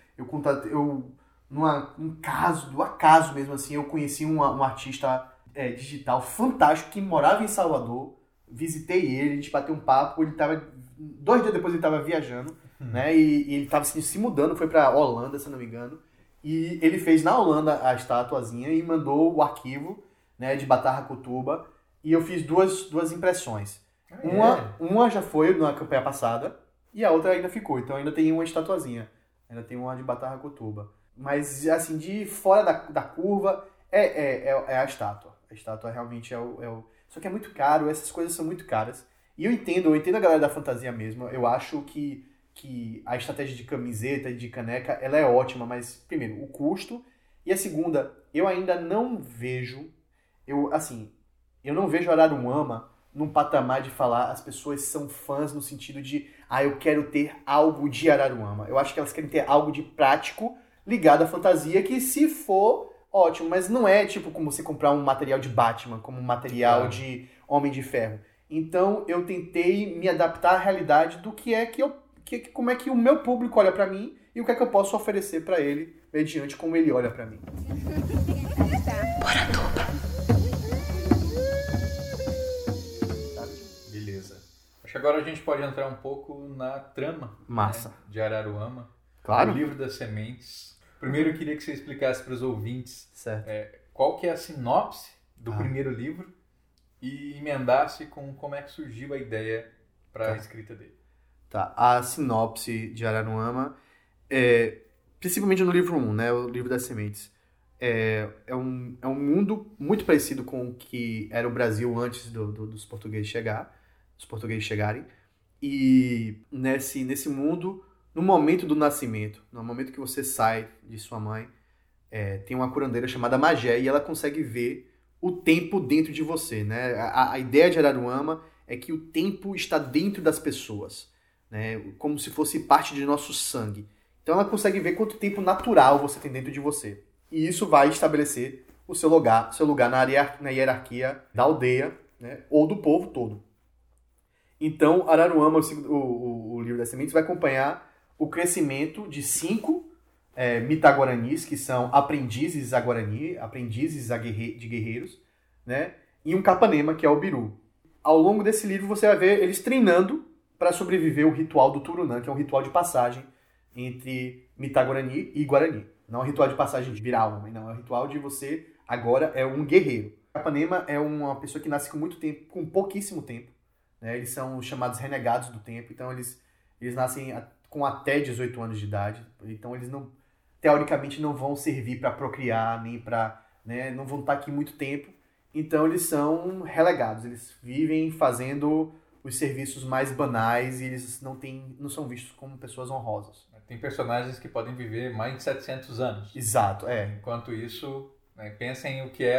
[SPEAKER 5] Num acaso mesmo assim, eu conheci um artista digital fantástico que morava em Salvador. Visitei ele, a gente bateu um papo. 2 dias depois ele estava viajando, né? E ele estava se mudando, foi para Holanda, se eu não me engano. E ele fez na Holanda a estatuazinha e mandou o arquivo, né, de Batarracutuba. E eu fiz duas impressões. Uma já foi na campanha passada e a outra ainda ficou. Então ainda tem uma estatuazinha. Ainda tem uma de Batarracutuba. Mas, assim, de fora da curva, é a estátua. A estátua realmente é o... Só que é muito caro, essas coisas são muito caras. E eu entendo a galera da fantasia mesmo. Eu acho que a estratégia de camiseta e de caneca, ela é ótima. Mas, primeiro, o custo. E a segunda, eu ainda não vejo... Eu não vejo Araruama num patamar de falar as pessoas são fãs no sentido de eu quero ter algo de Araruama. Eu acho que elas querem ter algo de prático ligado à fantasia, que se for, ótimo, mas não é tipo como você comprar um material de Batman, como um material de Homem de Ferro. Então eu tentei me adaptar à realidade do como é que o meu público olha pra mim e o que é que eu posso oferecer pra ele mediante como ele olha pra mim.
[SPEAKER 4] Beleza. Acho que agora a gente pode entrar um pouco na trama,
[SPEAKER 5] Massa.
[SPEAKER 4] Né, de Araruama.
[SPEAKER 5] Claro.
[SPEAKER 4] O livro das sementes. Primeiro eu queria que você explicasse para os ouvintes qual que é a sinopse do primeiro livro e emendasse com como é que surgiu a ideia para a escrita dele.
[SPEAKER 5] Tá, a sinopse de Araruama, principalmente no livro 1, né, o livro das sementes, é um mundo muito parecido com o que era o Brasil antes dos portugueses chegarem. E nesse mundo, no momento do nascimento, no momento que você sai de sua mãe, tem uma curandeira chamada Magé e ela consegue ver o tempo dentro de você, né? A ideia de Araruama é que o tempo está dentro das pessoas, né? Como se fosse parte de nosso sangue. Então ela consegue ver quanto tempo natural você tem dentro de você. E isso vai estabelecer o seu lugar na hierarquia da aldeia, né? Ou do povo todo. Então, Araruama, o livro das sementes, vai acompanhar o crescimento de 5 Mitaguaranis, que são aprendizes a Guarani, aprendizes de guerreiros, né? E um Capanema, que é o Biru. Ao longo desse livro, você vai ver eles treinando para sobreviver o ritual do Turunã, que é um ritual de passagem entre Mitaguarani e Guarani. Não é um ritual de passagem de virar homem, não. É um ritual de você, agora, é um guerreiro. Capanema é uma pessoa que nasce com pouquíssimo tempo. Né? Eles são chamados renegados do tempo, então eles nascem com até 18 anos de idade. Então eles não, teoricamente, não vão servir para procriar, nem para, né, não vão estar aqui muito tempo. Então eles são relegados, eles vivem fazendo os serviços mais banais e eles não são vistos como pessoas honrosas.
[SPEAKER 4] Tem personagens que podem viver mais de 700 anos.
[SPEAKER 5] Exato,
[SPEAKER 4] Enquanto isso, né, pensem o que é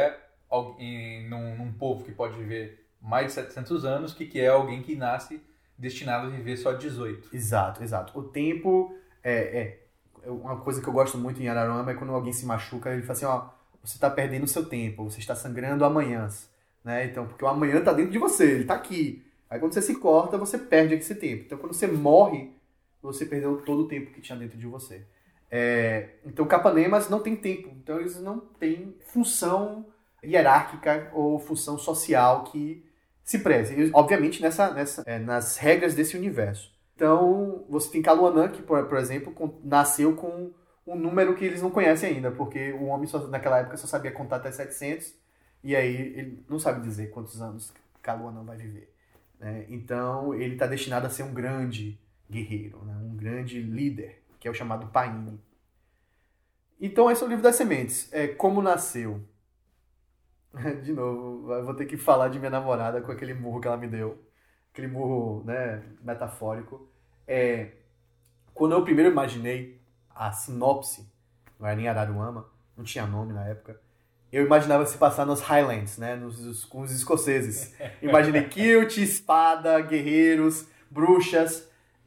[SPEAKER 4] num povo que pode viver mais de 700 anos, que é alguém que nasce destinado a viver só 18.
[SPEAKER 5] Exato. O tempo é uma coisa que eu gosto muito em Araruama é quando alguém se machuca, ele fala assim, ó, você está perdendo o seu tempo, você está sangrando amanhãs, né? Então, porque o amanhã está dentro de você, ele está aqui. Aí quando você se corta, você perde esse tempo. Então, quando você morre, você perdeu todo o tempo que tinha dentro de você. Então, Capanemas não tem tempo. Então, eles não têm função hierárquica ou função social que se preze. Obviamente, nas regras desse universo. Então, você tem Kaluanã, que, por exemplo, nasceu com um número que eles não conhecem ainda, porque o homem naquela época só sabia contar até 700, e aí ele não sabe dizer quantos anos Kaluanã vai viver. Né? Então, ele está destinado a ser um grande guerreiro, né? Um grande líder, que é o chamado Paine. Então, esse é o livro das sementes. Como nasceu. De novo, eu vou ter que falar de minha namorada com aquele murro que ela me deu. Aquele murro, né, metafórico. Quando eu primeiro imaginei a sinopse, não era nem Araruama, não tinha nome na época, eu imaginava se passar nos Highlands, né, com os escoceses. Imaginei kilt, espada, guerreiros, bruxas,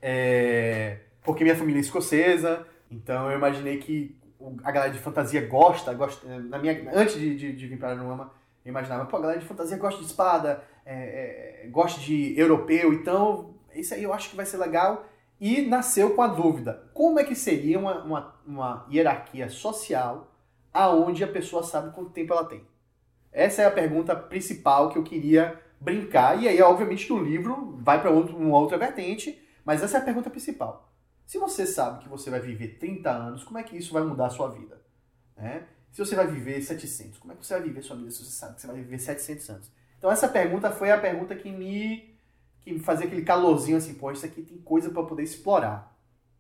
[SPEAKER 5] porque minha família é escocesa, então eu imaginei que a galera de fantasia gosta antes de vir para Araruama, eu imaginava, a galera de fantasia gosta de espada, gosta de europeu, então isso aí eu acho que vai ser legal. E nasceu com a dúvida, como é que seria uma hierarquia social aonde a pessoa sabe quanto tempo ela tem? Essa é a pergunta principal que eu queria brincar, e aí obviamente que o livro vai para uma outra vertente, mas essa é a pergunta principal. Se você sabe que você vai viver 30 anos, como é que isso vai mudar a sua vida? Se você vai viver 700, como é que você vai viver a sua vida se você sabe que você vai viver 700 anos? Então essa pergunta foi a pergunta que me fazia aquele calorzinho assim, pô, isso aqui tem coisa para poder explorar.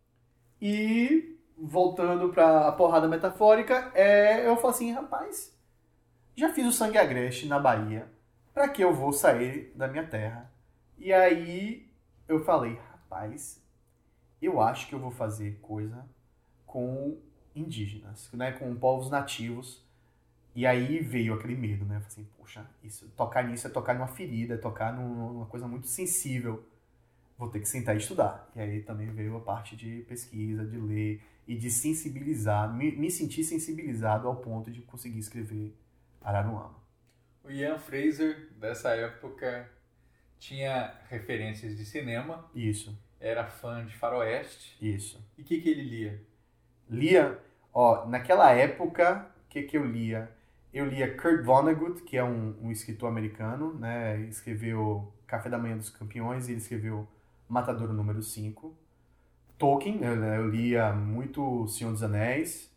[SPEAKER 5] E, voltando para a porrada metafórica, eu falo assim, rapaz, já fiz o sangue agreste na Bahia, para que eu vou sair da minha terra? E aí eu falei, rapaz, eu acho que eu vou fazer coisa com indígenas, né, com povos nativos. E aí veio aquele medo, né? Eu falei assim, poxa, tocar nisso é tocar numa ferida, é tocar numa coisa muito sensível. Vou ter que sentar e estudar. E aí também veio a parte de pesquisa, de ler e de sensibilizar, me sentir sensibilizado ao ponto de conseguir escrever Araruama.
[SPEAKER 4] O Ian Fraser, dessa época, tinha referências de cinema.
[SPEAKER 5] Isso.
[SPEAKER 4] Era fã de faroeste.
[SPEAKER 5] Isso.
[SPEAKER 4] E o que ele lia?
[SPEAKER 5] Lia, naquela época, o que eu lia? Eu lia Kurt Vonnegut, que é um escritor americano, né? Ele escreveu Café da Manhã dos Campeões e ele escreveu Matadouro número 5. Tolkien, eu lia muito Senhor dos Anéis.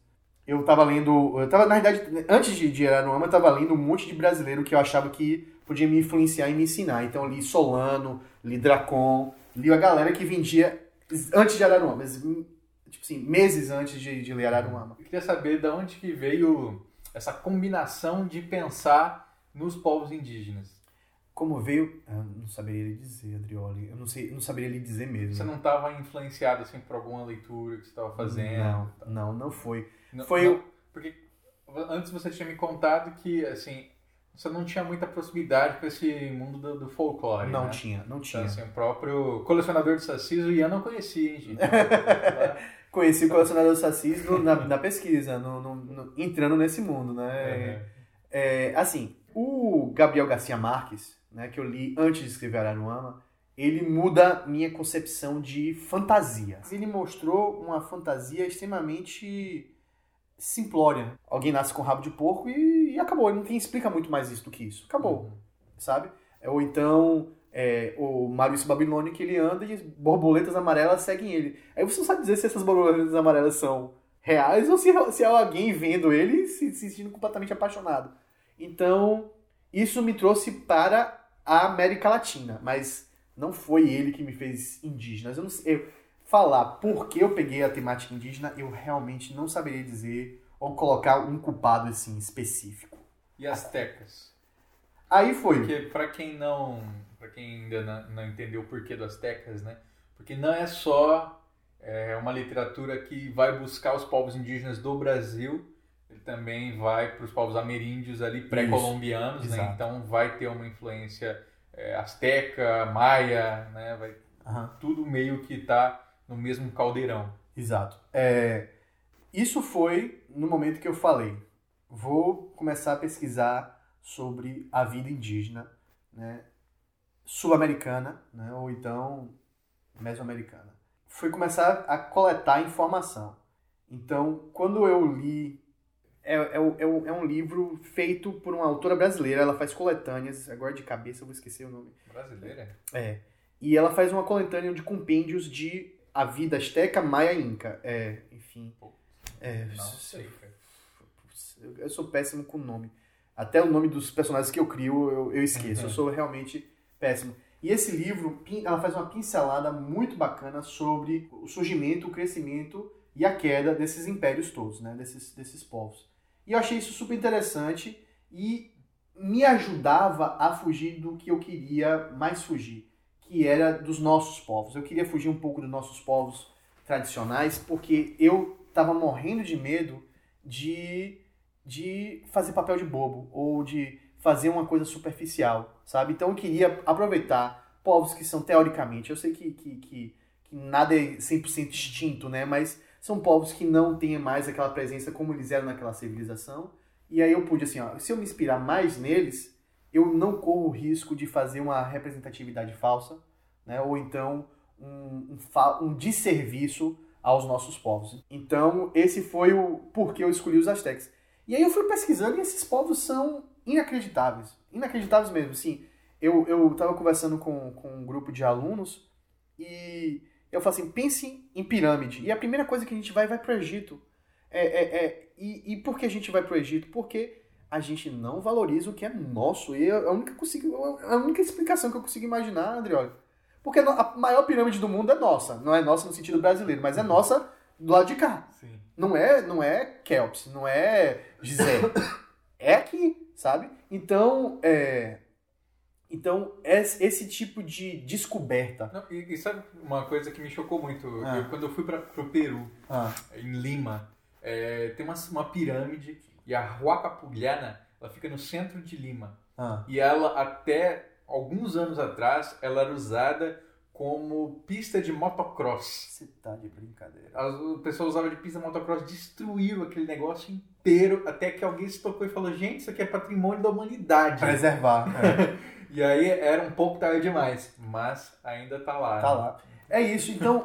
[SPEAKER 5] Na verdade, antes de Araruama, eu estava lendo um monte de brasileiro que eu achava que podia me influenciar e me ensinar. Então eu li Solano, li Dracon, li a galera que vendia antes de Araruama, mas, tipo assim, meses antes de ler Araruama.
[SPEAKER 4] Eu queria saber de onde que veio essa combinação de pensar nos povos indígenas.
[SPEAKER 5] Como veio? Eu não saberia lhe dizer, Andrioli. Eu não saberia lhe dizer mesmo.
[SPEAKER 4] Você não estava influenciado assim, por alguma leitura que você estava fazendo?
[SPEAKER 5] Não foi.
[SPEAKER 4] Porque antes você tinha me contado que assim, você não tinha muita proximidade com esse mundo do folclore.
[SPEAKER 5] Não
[SPEAKER 4] né?
[SPEAKER 5] tinha.
[SPEAKER 4] Então, assim, o próprio colecionador de sacis, o Ian não conhecia, hein, gente?
[SPEAKER 5] Conheci o colecionador de sacis na pesquisa, entrando nesse mundo, né? Assim, o Gabriel Garcia Marques, né, que eu li antes de escrever Araruama, ele muda minha concepção de fantasia. Ele mostrou uma fantasia extremamente simplória. Alguém nasce com rabo de porco e acabou. Ele não explica muito mais isso do que isso. Acabou, sabe? Ou então o Maurício Babilônio, que ele anda e as borboletas amarelas seguem ele. Aí você não sabe dizer se essas borboletas amarelas são reais ou se é alguém vendo ele se sentindo completamente apaixonado. Então, isso me trouxe para a América Latina, mas não foi ele que me fez indígenas. Falar por que eu peguei a temática indígena, eu realmente não saberia dizer ou colocar um culpado assim específico.
[SPEAKER 4] E astecas?
[SPEAKER 5] Aí foi.
[SPEAKER 4] Porque para quem ainda não entendeu o porquê das astecas, né? Porque não é só uma literatura que vai buscar os povos indígenas do Brasil, ele também vai para os povos ameríndios ali, pré-colombianos, né?
[SPEAKER 5] Exato.
[SPEAKER 4] Então vai ter uma influência asteca, maia, né? Tudo meio que está no mesmo caldeirão.
[SPEAKER 5] Exato. Isso foi no momento que eu falei, vou começar a pesquisar sobre a vida indígena, né, sul-americana, né, ou então mesoamericana. Fui começar a coletar informação. Então, quando eu li, é um livro feito por uma autora brasileira, ela faz coletâneas, agora de cabeça eu vou esquecer o nome.
[SPEAKER 4] Brasileira?
[SPEAKER 5] E ela faz uma coletânea de compêndios de a vida asteca, maia e inca. Enfim.
[SPEAKER 4] Não sei, cara.
[SPEAKER 5] Eu sou péssimo com nome. Até o nome dos personagens que eu crio, eu esqueço. Eu sou realmente péssimo. E esse livro, ela faz uma pincelada muito bacana sobre o surgimento, o crescimento e a queda desses impérios todos, né? Desses povos. E eu achei isso super interessante e me ajudava a fugir do que eu queria mais fugir, que era dos nossos povos. Eu queria fugir um pouco dos nossos povos tradicionais, porque eu estava morrendo de medo de fazer papel de bobo, ou de fazer uma coisa superficial, sabe? Então eu queria aproveitar povos que são teoricamente, eu sei que nada é 100% extinto, né? Mas são povos que não têm mais aquela presença como eles eram naquela civilização. E aí eu pude, assim, se eu me inspirar mais neles, eu não corro o risco de fazer uma representatividade falsa, né? Ou então um desserviço aos nossos povos. Então, esse foi o porquê eu escolhi os astecas. E aí eu fui pesquisando e esses povos são inacreditáveis. Inacreditáveis mesmo. Assim, eu estava conversando com um grupo de alunos e eu falei assim, pense em pirâmide. E a primeira coisa que a gente vai para o Egito. E por que a gente vai para o Egito? Porque a gente não valoriza o que é nosso. E a única explicação que eu consigo imaginar, Andrioli, porque a maior pirâmide do mundo é nossa. Não é nossa no sentido brasileiro, mas é nossa do lado de cá.
[SPEAKER 4] Sim.
[SPEAKER 5] Não é Kelps, não é Gizé. É aqui, sabe? Então, esse tipo de descoberta...
[SPEAKER 4] Não, e sabe uma coisa que me chocou muito? Quando eu fui pro Peru, em Lima, tem uma pirâmide, e a Huacapugliana, ela fica no centro de Lima. E ela, até alguns anos atrás, ela era usada como pista de motocross.
[SPEAKER 5] Você tá de brincadeira.
[SPEAKER 4] O pessoal usava de pista de motocross, destruiu aquele negócio inteiro, até que alguém se tocou e falou, gente, isso aqui é patrimônio da humanidade.
[SPEAKER 5] Preservar.
[SPEAKER 4] E aí era um pouco tarde demais, mas ainda tá lá.
[SPEAKER 5] Tá lá. É isso, então,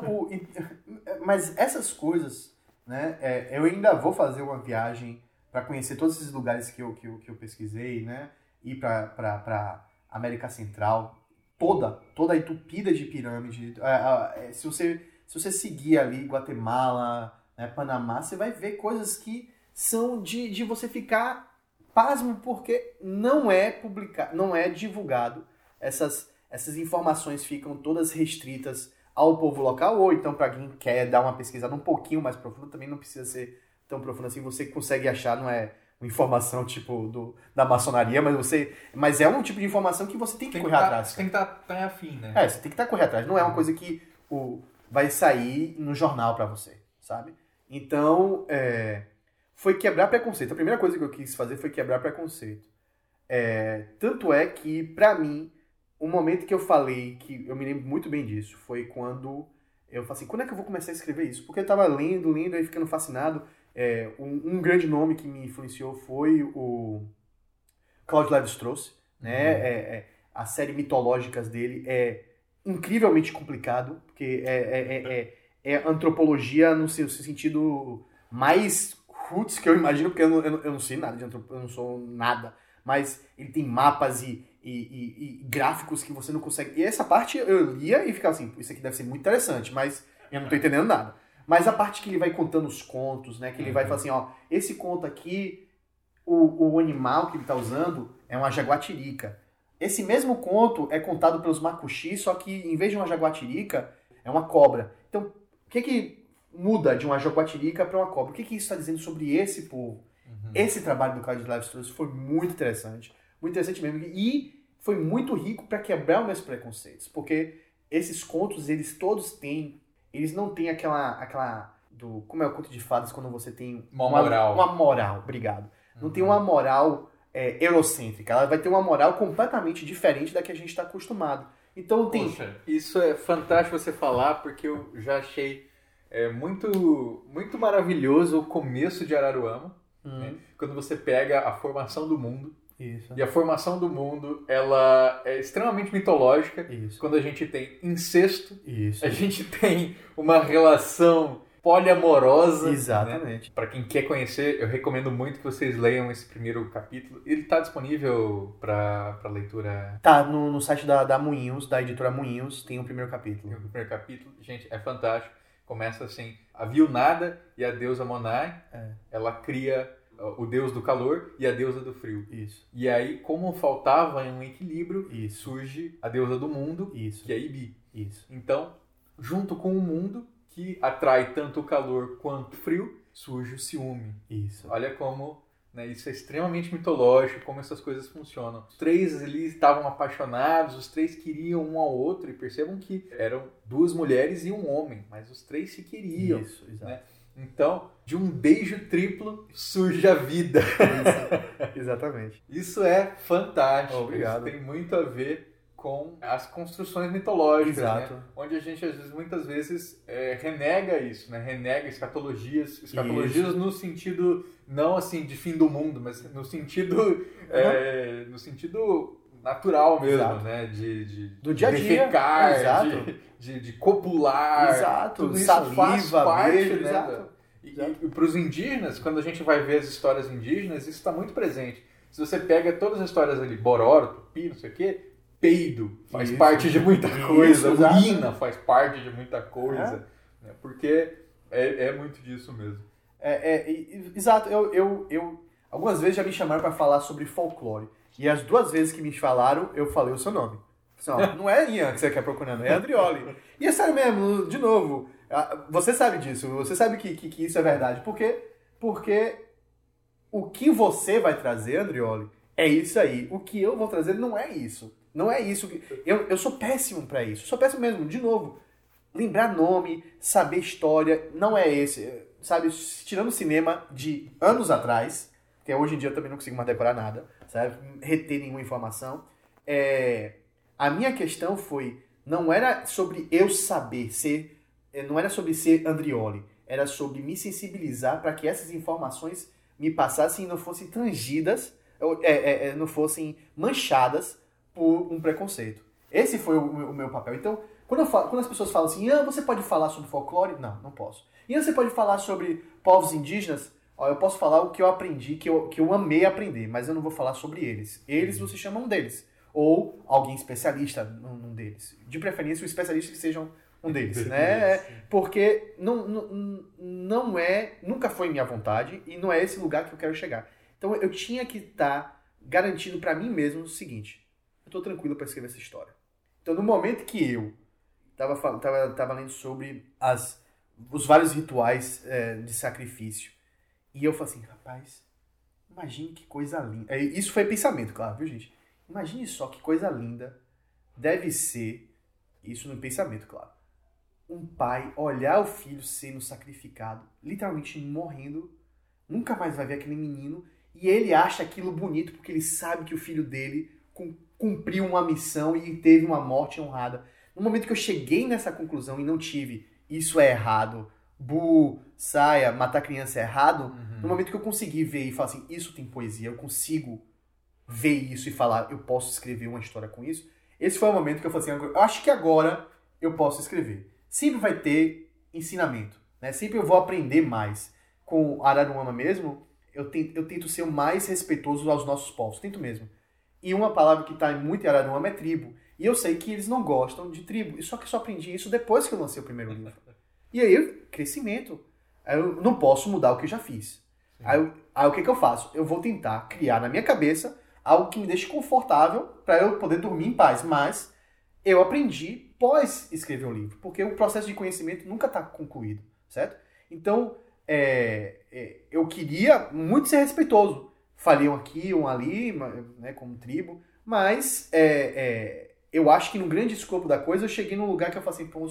[SPEAKER 5] mas essas coisas, né, eu ainda vou fazer uma viagem para conhecer todos esses lugares que eu pesquisei, né, ir para América Central, toda a entupida de pirâmide. Se você seguir ali Guatemala, né, Panamá, você vai ver coisas que são de você ficar pasmo, porque não é publicado, não é divulgado. Essas informações ficam todas restritas ao povo local, ou então para quem quer dar uma pesquisada um pouquinho mais profunda, também não precisa ser tão profunda assim, você consegue achar, não é uma informação tipo da maçonaria, mas é um tipo de informação que você tem que correr atrás.
[SPEAKER 4] Você tem que estar afim, né?
[SPEAKER 5] Você tem que estar correndo atrás. Não é uma coisa que vai sair no jornal para você, sabe? Então, foi quebrar preconceito. A primeira coisa que eu quis fazer foi quebrar preconceito. Tanto é que, pra mim, o momento que eu falei, que eu me lembro muito bem disso, foi quando eu falei assim, quando é que eu vou começar a escrever isso? Porque eu tava lendo, aí ficando fascinado. Um grande nome que me influenciou foi o Claude Lévi-Strauss, né? A série Mitológicas dele é incrivelmente complicado, porque é antropologia no seu sentido mais roots que eu imagino, porque eu não sei nada de antropologia, eu não sou nada, mas ele tem mapas e gráficos que você não consegue. E essa parte eu lia e ficava assim, isso aqui deve ser muito interessante, mas eu não tô entendendo nada. Mas a parte que ele vai contando os contos, né? Que ele vai falar assim, esse conto aqui, o animal que ele tá usando é uma jaguatirica. Esse mesmo conto é contado pelos macuxi, só que em vez de uma jaguatirica, é uma cobra. Então, o que muda de uma jaguatirica para uma cobra? O que isso está dizendo sobre esse povo? Esse trabalho do Claude Lévi-Strauss foi muito interessante mesmo. E foi muito rico para quebrar os meus preconceitos, porque esses contos, eles não têm aquela como é o conto de fadas quando você tem
[SPEAKER 4] Uma moral.
[SPEAKER 5] Uma moral, obrigado. Não tem uma moral eurocêntrica. Ela vai ter uma moral completamente diferente da que a gente está acostumado. Então tem...
[SPEAKER 4] Poxa, isso é fantástico você falar, porque eu já achei muito, muito maravilhoso o começo de Araruama, né? Quando você pega a formação do mundo.
[SPEAKER 5] Isso.
[SPEAKER 4] E a formação do mundo, ela é extremamente mitológica.
[SPEAKER 5] Isso.
[SPEAKER 4] Quando a gente tem incesto,
[SPEAKER 5] Isso.
[SPEAKER 4] a gente tem uma relação poliamorosa.
[SPEAKER 5] Exatamente.
[SPEAKER 4] Né? Para quem quer conhecer, eu recomendo muito que vocês leiam esse primeiro capítulo. Ele está disponível para leitura?
[SPEAKER 5] Tá, no site da Moinhos, da editora Moinhos, tem o primeiro capítulo.
[SPEAKER 4] O primeiro capítulo, gente, é fantástico. Começa assim, a Vilnada e a deusa Monai, ela cria o deus do calor e a deusa do frio.
[SPEAKER 5] Isso.
[SPEAKER 4] E aí, como faltava um equilíbrio,
[SPEAKER 5] Isso.
[SPEAKER 4] surge a deusa do mundo,
[SPEAKER 5] Isso.
[SPEAKER 4] que é Ibi.
[SPEAKER 5] Isso.
[SPEAKER 4] Então, junto com o mundo, que atrai tanto o calor quanto o frio, surge o ciúme.
[SPEAKER 5] Isso.
[SPEAKER 4] Olha como, né, isso é extremamente mitológico, como essas coisas funcionam. Os três ali estavam apaixonados, os três queriam um ao outro, e percebam que eram duas mulheres e um homem, mas os três se queriam.
[SPEAKER 5] Isso, exato.
[SPEAKER 4] Né? Então, de um beijo triplo surge a vida.
[SPEAKER 5] Isso. Exatamente.
[SPEAKER 4] Isso é fantástico.
[SPEAKER 5] Obrigado.
[SPEAKER 4] Isso tem muito a ver com as construções mitológicas,
[SPEAKER 5] Exato.
[SPEAKER 4] né? Onde a gente, muitas vezes, renega isso, né? Renega escatologias no sentido, não assim, de fim do mundo, mas no sentido, no sentido natural mesmo,
[SPEAKER 5] Exato.
[SPEAKER 4] né?
[SPEAKER 5] Do dia a dia.
[SPEAKER 4] Defecar,
[SPEAKER 5] Exato.
[SPEAKER 4] de copular.
[SPEAKER 5] Exato.
[SPEAKER 4] Tudo isso
[SPEAKER 5] Saliva,
[SPEAKER 4] faz parte,
[SPEAKER 5] beijo,
[SPEAKER 4] né?
[SPEAKER 5] exato.
[SPEAKER 4] E para os indígenas, quando a gente vai ver as histórias indígenas, isso está muito presente. Se você pega todas as histórias ali, Bororo, Tupi, não sei o quê, peido faz
[SPEAKER 5] Isso.
[SPEAKER 4] parte de muita coisa,
[SPEAKER 5] Isso, exato.
[SPEAKER 4] urina faz parte de muita coisa, né? Porque é muito disso mesmo.
[SPEAKER 5] Exato. Eu algumas vezes já me chamaram para falar sobre folclore. E as 2 vezes que me falaram, eu falei o seu nome. Assim, ó, não é Ian que você quer procurando, é Andrioli. E é sério mesmo, de novo, você sabe disso, você sabe que isso é verdade. Porque o que você vai trazer, Andrioli, é isso aí. O que eu vou trazer não é isso. Não é isso. Eu sou péssimo pra isso. Sou péssimo mesmo. De novo, lembrar nome, saber história, não é esse. Sabe, tirando o cinema de anos atrás, que hoje em dia eu também não consigo mais decorar nada, sabe, reter nenhuma informação. A minha questão foi, não era sobre eu saber ser, não era sobre ser Andrioli, era sobre me sensibilizar para que essas informações me passassem e não fossem tangidas, não fossem manchadas por um preconceito. Esse foi o meu papel. Então, quando as pessoas falam assim, você pode falar sobre folclore? Não posso. E você pode falar sobre povos indígenas? Eu posso falar o que eu aprendi, que eu amei aprender, mas eu não vou falar sobre eles. Eles você chama um deles. Ou alguém especialista num deles. De preferência, um especialista que seja um deles, né? Porque nunca foi minha vontade e não é esse lugar que eu quero chegar. Então eu tinha que estar garantindo para mim mesmo o seguinte: eu tô tranquilo para escrever essa história. Então no momento que eu tava lendo sobre os vários rituais de sacrifício, e eu falei assim, rapaz, imagine que coisa linda. Isso foi pensamento, claro, viu, gente? Imagine só que coisa linda deve ser, isso no pensamento, claro, um pai olhar o filho sendo sacrificado, literalmente morrendo, nunca mais vai ver aquele menino, e ele acha aquilo bonito porque ele sabe que o filho dele cumpriu uma missão e teve uma morte honrada. No momento que eu cheguei nessa conclusão e não tive isso é errado, saia, matar criança é errado, no momento que eu consegui ver e falar assim, isso tem poesia, eu consigo ver isso e falar, eu posso escrever uma história com isso, esse foi o momento que eu falei assim, eu acho que agora eu posso escrever. Sempre vai ter ensinamento, né? Sempre eu vou aprender mais. Com Araruama mesmo, eu tento ser o mais respeitoso aos nossos povos, tento mesmo. E uma palavra que está muito em Araruama é tribo. E eu sei que eles não gostam de tribo, só que eu só aprendi isso depois que eu lancei o primeiro livro. E aí, crescimento. Aí eu não posso mudar o que eu já fiz. Aí o que eu faço? Eu vou tentar criar na minha cabeça algo que me deixe confortável para eu poder dormir em paz. Mas eu aprendi pós escrever o livro, porque o processo de conhecimento nunca está concluído, certo? Então, eu queria muito ser respeitoso. Falei um aqui, um ali, né, como tribo, mas eu acho que no grande escopo da coisa eu cheguei num lugar que eu falei assim, poxa,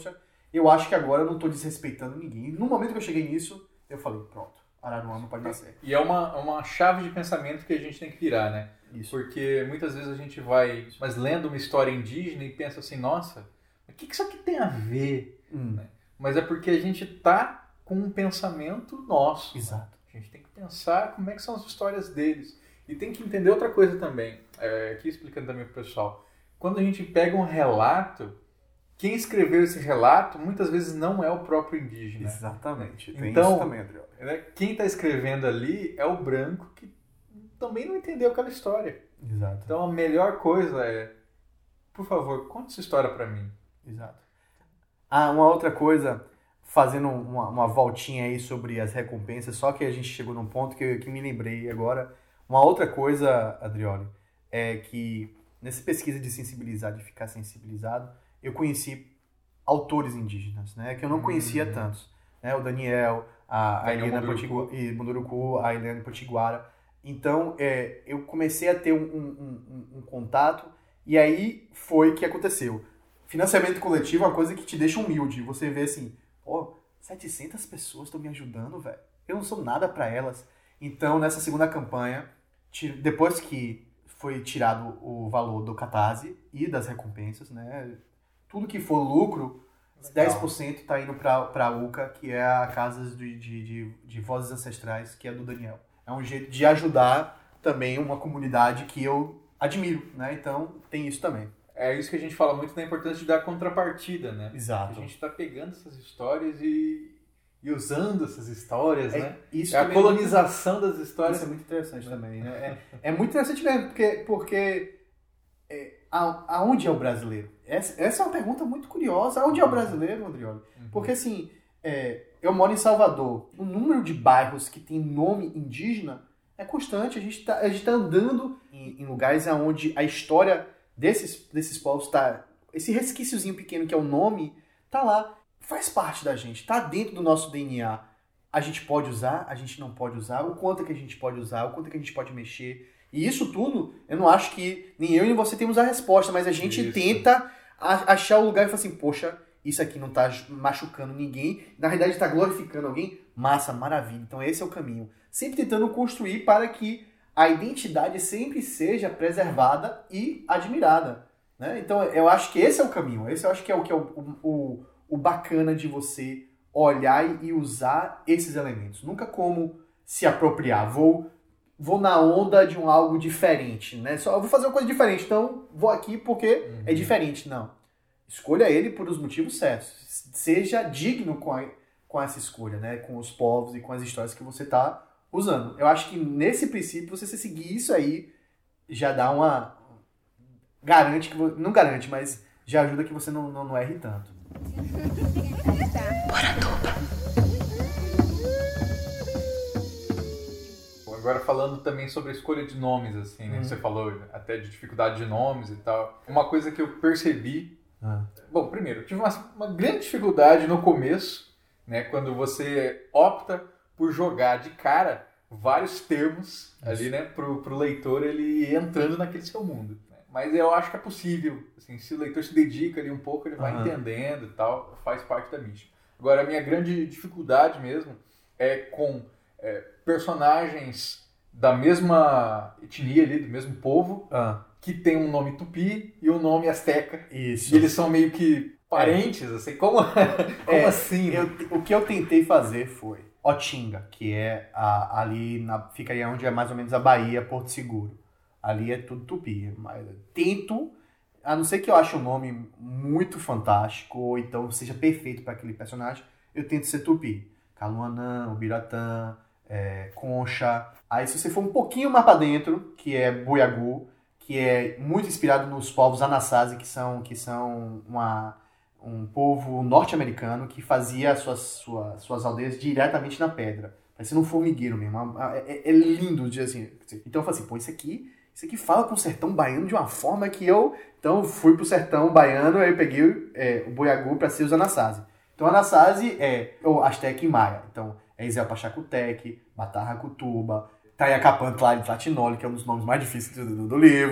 [SPEAKER 5] Eu acho que agora eu não estou desrespeitando ninguém. No momento que eu cheguei nisso, eu falei, pronto, Araruama pode nascer.
[SPEAKER 4] E é uma chave de pensamento que a gente tem que virar, né?
[SPEAKER 5] Isso.
[SPEAKER 4] Porque muitas vezes a gente vai lendo uma história indígena e pensa assim, nossa, o que isso aqui tem a ver? Né? Mas é porque a gente tá com um pensamento nosso.
[SPEAKER 5] Exato.
[SPEAKER 4] Né? A gente tem que pensar como é que são as histórias deles. E tem que entender outra coisa também, aqui explicando também pro pessoal. Quando a gente pega um relato, quem escreveu esse relato muitas vezes não é o próprio indígena.
[SPEAKER 5] Exatamente. Tem
[SPEAKER 4] então,
[SPEAKER 5] isso também, Adriano.
[SPEAKER 4] Quem está escrevendo ali é o branco que também não entendeu aquela história.
[SPEAKER 5] Exato.
[SPEAKER 4] Então a melhor coisa é, por favor, conte essa história para mim.
[SPEAKER 5] Exato. Uma outra coisa, fazendo uma voltinha aí sobre as recompensas, só que a gente chegou num ponto que me lembrei agora. Uma outra coisa, Adrioli, é que nessa pesquisa de sensibilizar, de ficar sensibilizado, eu conheci autores indígenas, né, que eu não conhecia tantos. Né, o Daniel, a Helena Munduruku, a Helena Potiguara. Então, eu comecei a ter um contato, e aí foi que aconteceu. Financiamento coletivo é uma coisa que te deixa humilde. Você vê assim, 700 pessoas estão me ajudando, velho. Eu não sou nada para elas. Então, nessa segunda campanha, depois que foi tirado o valor do Catarse e das recompensas, né? Tudo que for lucro, legal. 10% está indo para a UCA, que é a Casa de Vozes Ancestrais, que é do Daniel. É um jeito de ajudar também uma comunidade que eu admiro, né? Então, tem isso também.
[SPEAKER 4] É isso que a gente fala muito da importância de dar contrapartida, né?
[SPEAKER 5] Exato.
[SPEAKER 4] A gente está pegando essas histórias e usando essas histórias, né?
[SPEAKER 5] Isso
[SPEAKER 4] a colonização das histórias.
[SPEAKER 5] Isso é muito interessante também, né? É muito interessante mesmo, porque aonde é o brasileiro? Essa é uma pergunta muito curiosa. Aonde é o brasileiro, Andrioli? Porque assim, eu moro em Salvador. O número de bairros que tem nome indígena é constante. A gente tá andando em lugares onde a história desses povos tá... Esse resquíciozinho pequeno que é o nome, tá lá. Faz parte da gente, tá dentro do nosso DNA. A gente pode usar, a gente não pode usar, o quanto é que a gente pode usar, o quanto é que a gente pode mexer. E isso tudo, eu não acho que nem eu nem você temos a resposta, mas a gente tenta achar o lugar e falar assim, poxa, isso aqui não tá machucando ninguém, na realidade tá glorificando alguém, massa, maravilha. Então esse é o caminho. Sempre tentando construir para que a identidade sempre seja preservada e admirada. Né? Então eu acho que esse é o caminho, esse eu acho que é o bacana de você olhar e usar esses elementos. Nunca como se apropriar. Vou na onda de algo diferente, né? Eu vou fazer uma coisa diferente, então vou aqui porque é diferente. Não. Escolha ele por os motivos certos. Seja digno com essa escolha, né? Com os povos e com as histórias que você está usando. Eu acho que nesse princípio, você seguir isso aí, já dá uma... Garante que... Não garante, mas já ajuda que você não erre tanto.
[SPEAKER 4] Agora falando também sobre a escolha de nomes, assim, né? Você falou até de dificuldade de nomes e tal. Uma coisa que eu percebi... Bom, primeiro, eu tive uma grande dificuldade no começo, né? Quando você opta por jogar de cara vários termos ali, né? Pro leitor ele ir entrando naquele seu mundo. Mas eu acho que é possível, assim, se o leitor se dedica ali um pouco, ele vai entendendo e tal, faz parte da mística. Agora, a minha grande dificuldade mesmo é com personagens da mesma etnia ali, do mesmo povo, que tem um nome tupi e um nome asteca.
[SPEAKER 5] Isso.
[SPEAKER 4] E eles são meio que parentes, assim, como assim?
[SPEAKER 5] O que eu tentei fazer foi Otinga, que é fica aí onde é mais ou menos a Bahia, Porto Seguro. Ali é tudo tupi. Mas tento, a não ser que eu ache um nome muito fantástico, ou então seja perfeito para aquele personagem, eu tento ser tupi. Caluanã, Ubiratã, Concha. Aí se você for um pouquinho mais para dentro, que é Buiagu, que é muito inspirado nos povos Anasazi, que são um povo norte-americano que fazia suas aldeias diretamente na pedra. Parecendo um formigueiro mesmo. É lindo de assim. Então eu falei assim, pô, isso aqui fala com o sertão baiano de uma forma que eu... Então fui pro sertão baiano, aí eu peguei o Buiagu para ser os Anasazi. Então Anasazi é o Azteca e Maia. Então é Isel Pachacutec, Batarra Cutuba, Tayacapan Tlatinoli, que é um dos nomes mais difíceis do livro.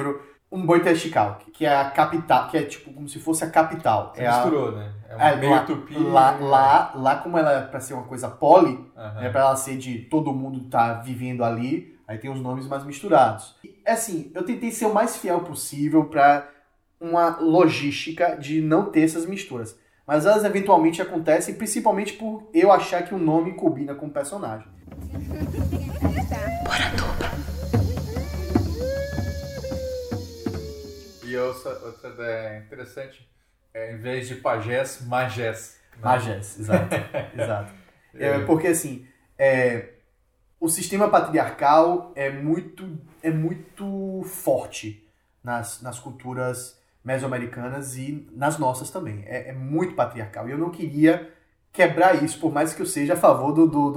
[SPEAKER 5] Umboiteshikal, que é a capital, que é tipo como se fosse a capital.
[SPEAKER 4] Você misturou, né? É um meio tupi.
[SPEAKER 5] Lá, como ela é pra ser uma coisa poli,
[SPEAKER 4] Uhum.
[SPEAKER 5] pra ela ser de todo mundo tá vivendo ali, aí tem os nomes mais misturados. E, assim, eu tentei ser o mais fiel possível pra uma logística de não ter essas misturas. Mas elas eventualmente acontecem, principalmente por eu achar que o nome combina com o personagem.
[SPEAKER 4] E outra ideia interessante, em vez de pajés, magés. Né?
[SPEAKER 5] Magés, exato. Exato. Porque assim, o sistema patriarcal é muito forte nas culturas mesoamericanas e nas nossas também. É muito patriarcal. E eu não queria quebrar isso, por mais que eu seja a favor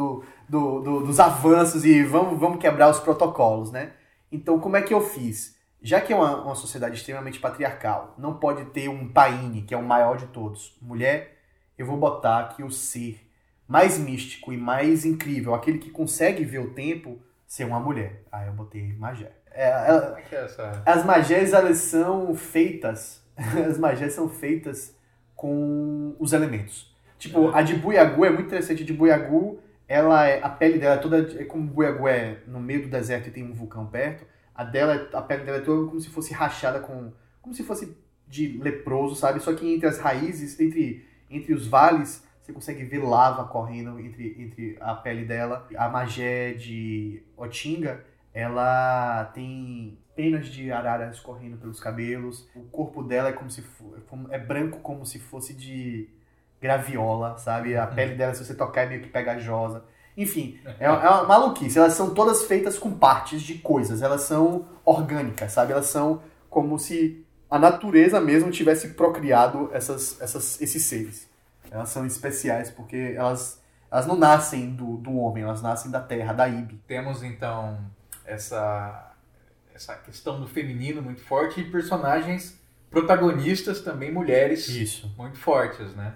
[SPEAKER 5] dos avanços e vamos quebrar os protocolos, né? Então, como é que eu fiz? Já que é uma sociedade extremamente patriarcal, não pode ter um paine, que é o maior de todos, mulher, eu vou botar aqui o ser mais místico e mais incrível, aquele que consegue ver o tempo, ser uma mulher. Aí eu botei Magé.
[SPEAKER 4] Como é que é essa?
[SPEAKER 5] As magés, elas são feitas, as magés são feitas com os elementos. Tipo, a de Buiagu é muito interessante. A de Buiagu, a pele dela é toda, como Buiagu é no meio do deserto e tem um vulcão perto, a pele dela é toda como se fosse rachada como se fosse de leproso, sabe? Só que entre as raízes, entre os vales, você consegue ver lava correndo entre a pele dela. A magé de Otinga, ela tem penas de arara escorrendo pelos cabelos. O corpo dela é branco como se fosse de graviola, sabe? A pele dela, se você tocar, é meio que pegajosa. Enfim, é uma maluquice. Elas são todas feitas com partes de coisas. Elas são orgânicas, sabe? Elas são como se a natureza mesmo tivesse procriado esses seres. Elas são especiais porque elas não nascem do homem, elas nascem da terra, da Ibe.
[SPEAKER 4] Temos, então, essa questão do feminino muito forte e personagens protagonistas também, mulheres.
[SPEAKER 5] Isso.
[SPEAKER 4] Muito fortes, né?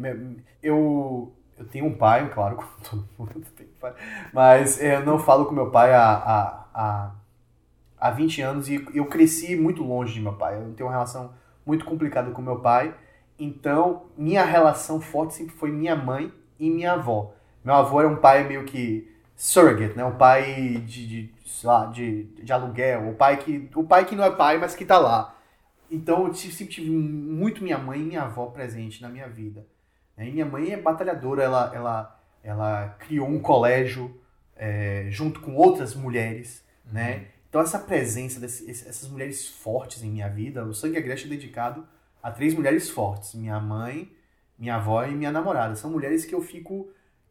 [SPEAKER 5] Eu tenho um pai, claro, como todo mundo tem pai, mas eu não falo com meu pai há 20 anos e eu cresci muito longe de meu pai. Eu tenho uma relação muito complicada com meu pai, então minha relação forte sempre foi minha mãe e minha avó. Meu avô era um pai meio que surrogate, né? Um pai de aluguel, o pai que não é pai, mas que tá lá. Então eu sempre tive muito minha mãe e minha avó presente na minha vida. E minha mãe é batalhadora, ela criou um colégio junto com outras mulheres, né? Então essa presença dessas mulheres fortes em minha vida, o Sangue Agreste é dedicado a 3 mulheres fortes: minha mãe, minha avó e minha namorada. São mulheres que eu fico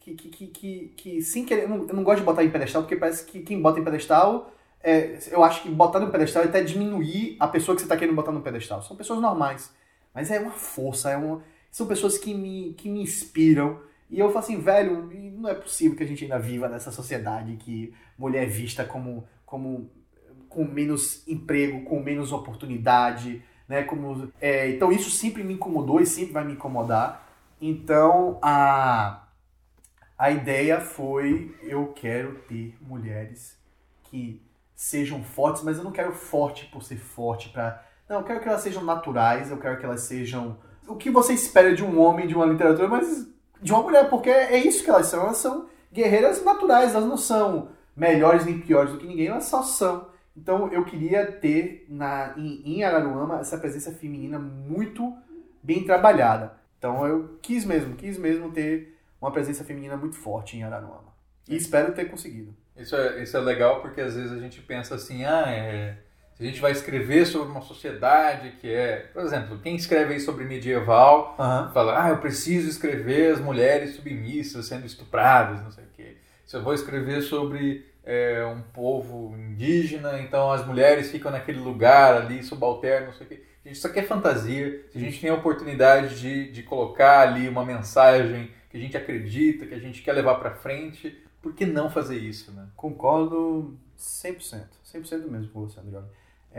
[SPEAKER 5] que sem querer, eu não gosto de botar em pedestal, porque parece que quem bota em pedestal, eu acho que botar no pedestal é até diminuir a pessoa que você está querendo botar no pedestal. São pessoas normais, mas é uma força, são pessoas que me inspiram. E eu falo assim, velho, não é possível que a gente ainda viva nessa sociedade que mulher é vista como com menos emprego, com menos oportunidade, né? Então isso sempre me incomodou e sempre vai me incomodar. Então a ideia foi, eu quero ter mulheres que sejam fortes, mas eu não quero forte por ser forte não, eu quero que elas sejam naturais, eu quero que elas sejam o que você espera de um homem, de uma literatura, mas de uma mulher, porque é isso que elas são guerreiras naturais, elas não são melhores nem piores do que ninguém, elas só são. Então eu queria ter em Araruama essa presença feminina muito bem trabalhada. Então eu quis mesmo ter uma presença feminina muito forte em Araruama. E espero ter conseguido.
[SPEAKER 4] Isso é legal porque às vezes a gente pensa assim, se a gente vai escrever sobre uma sociedade que por exemplo, quem escreve aí sobre medieval, fala, eu preciso escrever as mulheres submissas sendo estupradas, não sei o quê. Se eu vou escrever sobre um povo indígena, então as mulheres ficam naquele lugar ali, subalterno, não sei o quê. Gente, isso aqui é fantasia. Se a gente tem a oportunidade de colocar ali uma mensagem que a gente acredita, que a gente quer levar pra frente, por que não fazer isso, né?
[SPEAKER 5] Concordo 100%. 100% mesmo com você, André.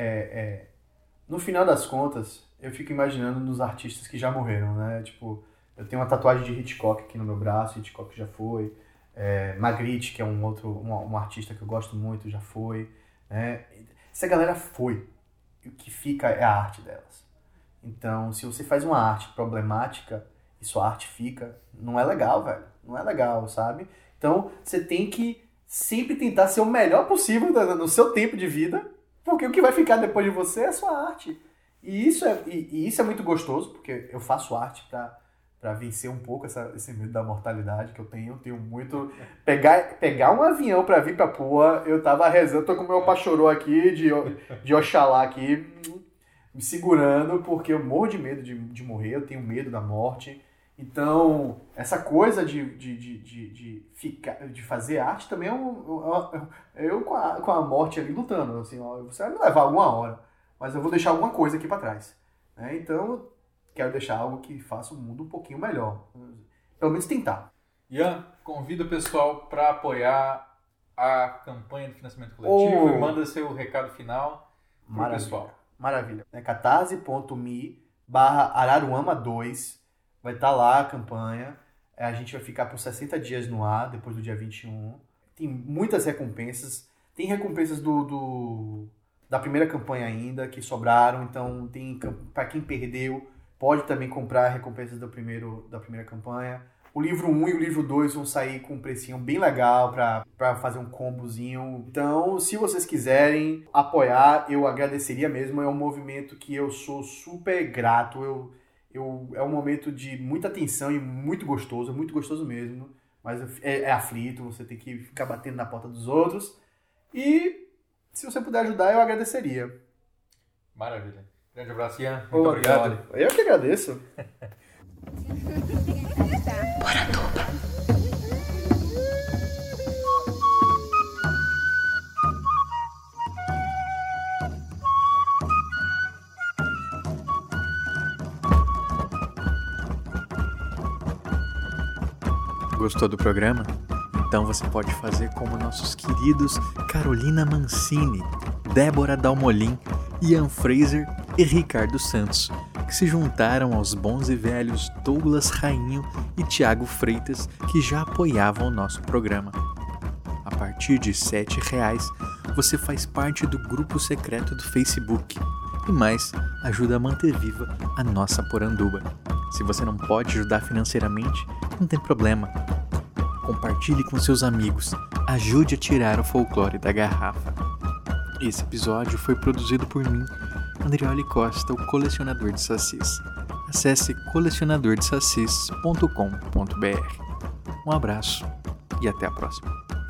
[SPEAKER 5] No final das contas, eu fico imaginando nos artistas que já morreram, né? Tipo, eu tenho uma tatuagem de Hitchcock aqui no meu braço, Hitchcock já foi. Magritte, que é um artista que eu gosto muito, já foi. Né? Essa galera foi. o que fica é a arte delas. Então, se você faz uma arte problemática e sua arte fica, não é legal, velho. Não é legal, sabe? Então, você tem que sempre tentar ser o melhor possível no seu tempo de vida, porque o que vai ficar depois de você é a sua arte. E isso é muito gostoso, porque eu faço arte para vencer um pouco esse medo da mortalidade que eu tenho. Eu tenho muito... Pegar um avião para vir pra Poa, eu tava rezando, tô com o meu pachorô aqui, de Oxalá aqui, me segurando, porque eu morro de medo de morrer, eu tenho medo da morte. Então, essa coisa de fazer arte também eu com a morte ali lutando. Assim, ó, você vai me levar alguma hora, mas eu vou deixar alguma coisa aqui para trás. Né? Então, quero deixar algo que faça o mundo um pouquinho melhor. Pelo menos tentar.
[SPEAKER 4] Ian, convida o pessoal para apoiar a campanha de financiamento coletivo e manda seu recado final para o pessoal.
[SPEAKER 5] Maravilha. É catarse.me/araruama2. Vai estar lá a campanha. A gente vai ficar por 60 dias no ar, depois do dia 21. Tem muitas recompensas. Tem recompensas da primeira campanha ainda, que sobraram. Então, para quem perdeu, pode também comprar recompensas da primeira campanha. O livro 1 e o livro 2 vão sair com um precinho bem legal para fazer um combozinho. Então, se vocês quiserem apoiar, eu agradeceria mesmo. É um movimento que eu sou super grato. É um momento de muita tensão e muito gostoso mesmo, mas é aflito, você tem que ficar batendo na porta dos outros, e se você puder ajudar, eu agradeceria.
[SPEAKER 4] Maravilha. Grande abraço, Ian. Muito obrigado.
[SPEAKER 5] Eu que agradeço.
[SPEAKER 2] Gostou do programa? Então você pode fazer como nossos queridos Carolina Mancini, Débora Dalmolin, Ian Fraser e Ricardo Santos, que se juntaram aos bons e velhos Douglas Rainho e Thiago Freitas, que já apoiavam o nosso programa. A partir de R$ 7,00, você faz parte do grupo secreto do Facebook e mais, ajuda a manter viva a nossa Poranduba. Se você não pode ajudar financeiramente, não tem problema. Compartilhe com seus amigos. Ajude a tirar o folclore da garrafa. Esse episódio foi produzido por mim, Andrioli Costa, o colecionador de sacis. Acesse colecionadordesacis.com.br. Um abraço e até a próxima.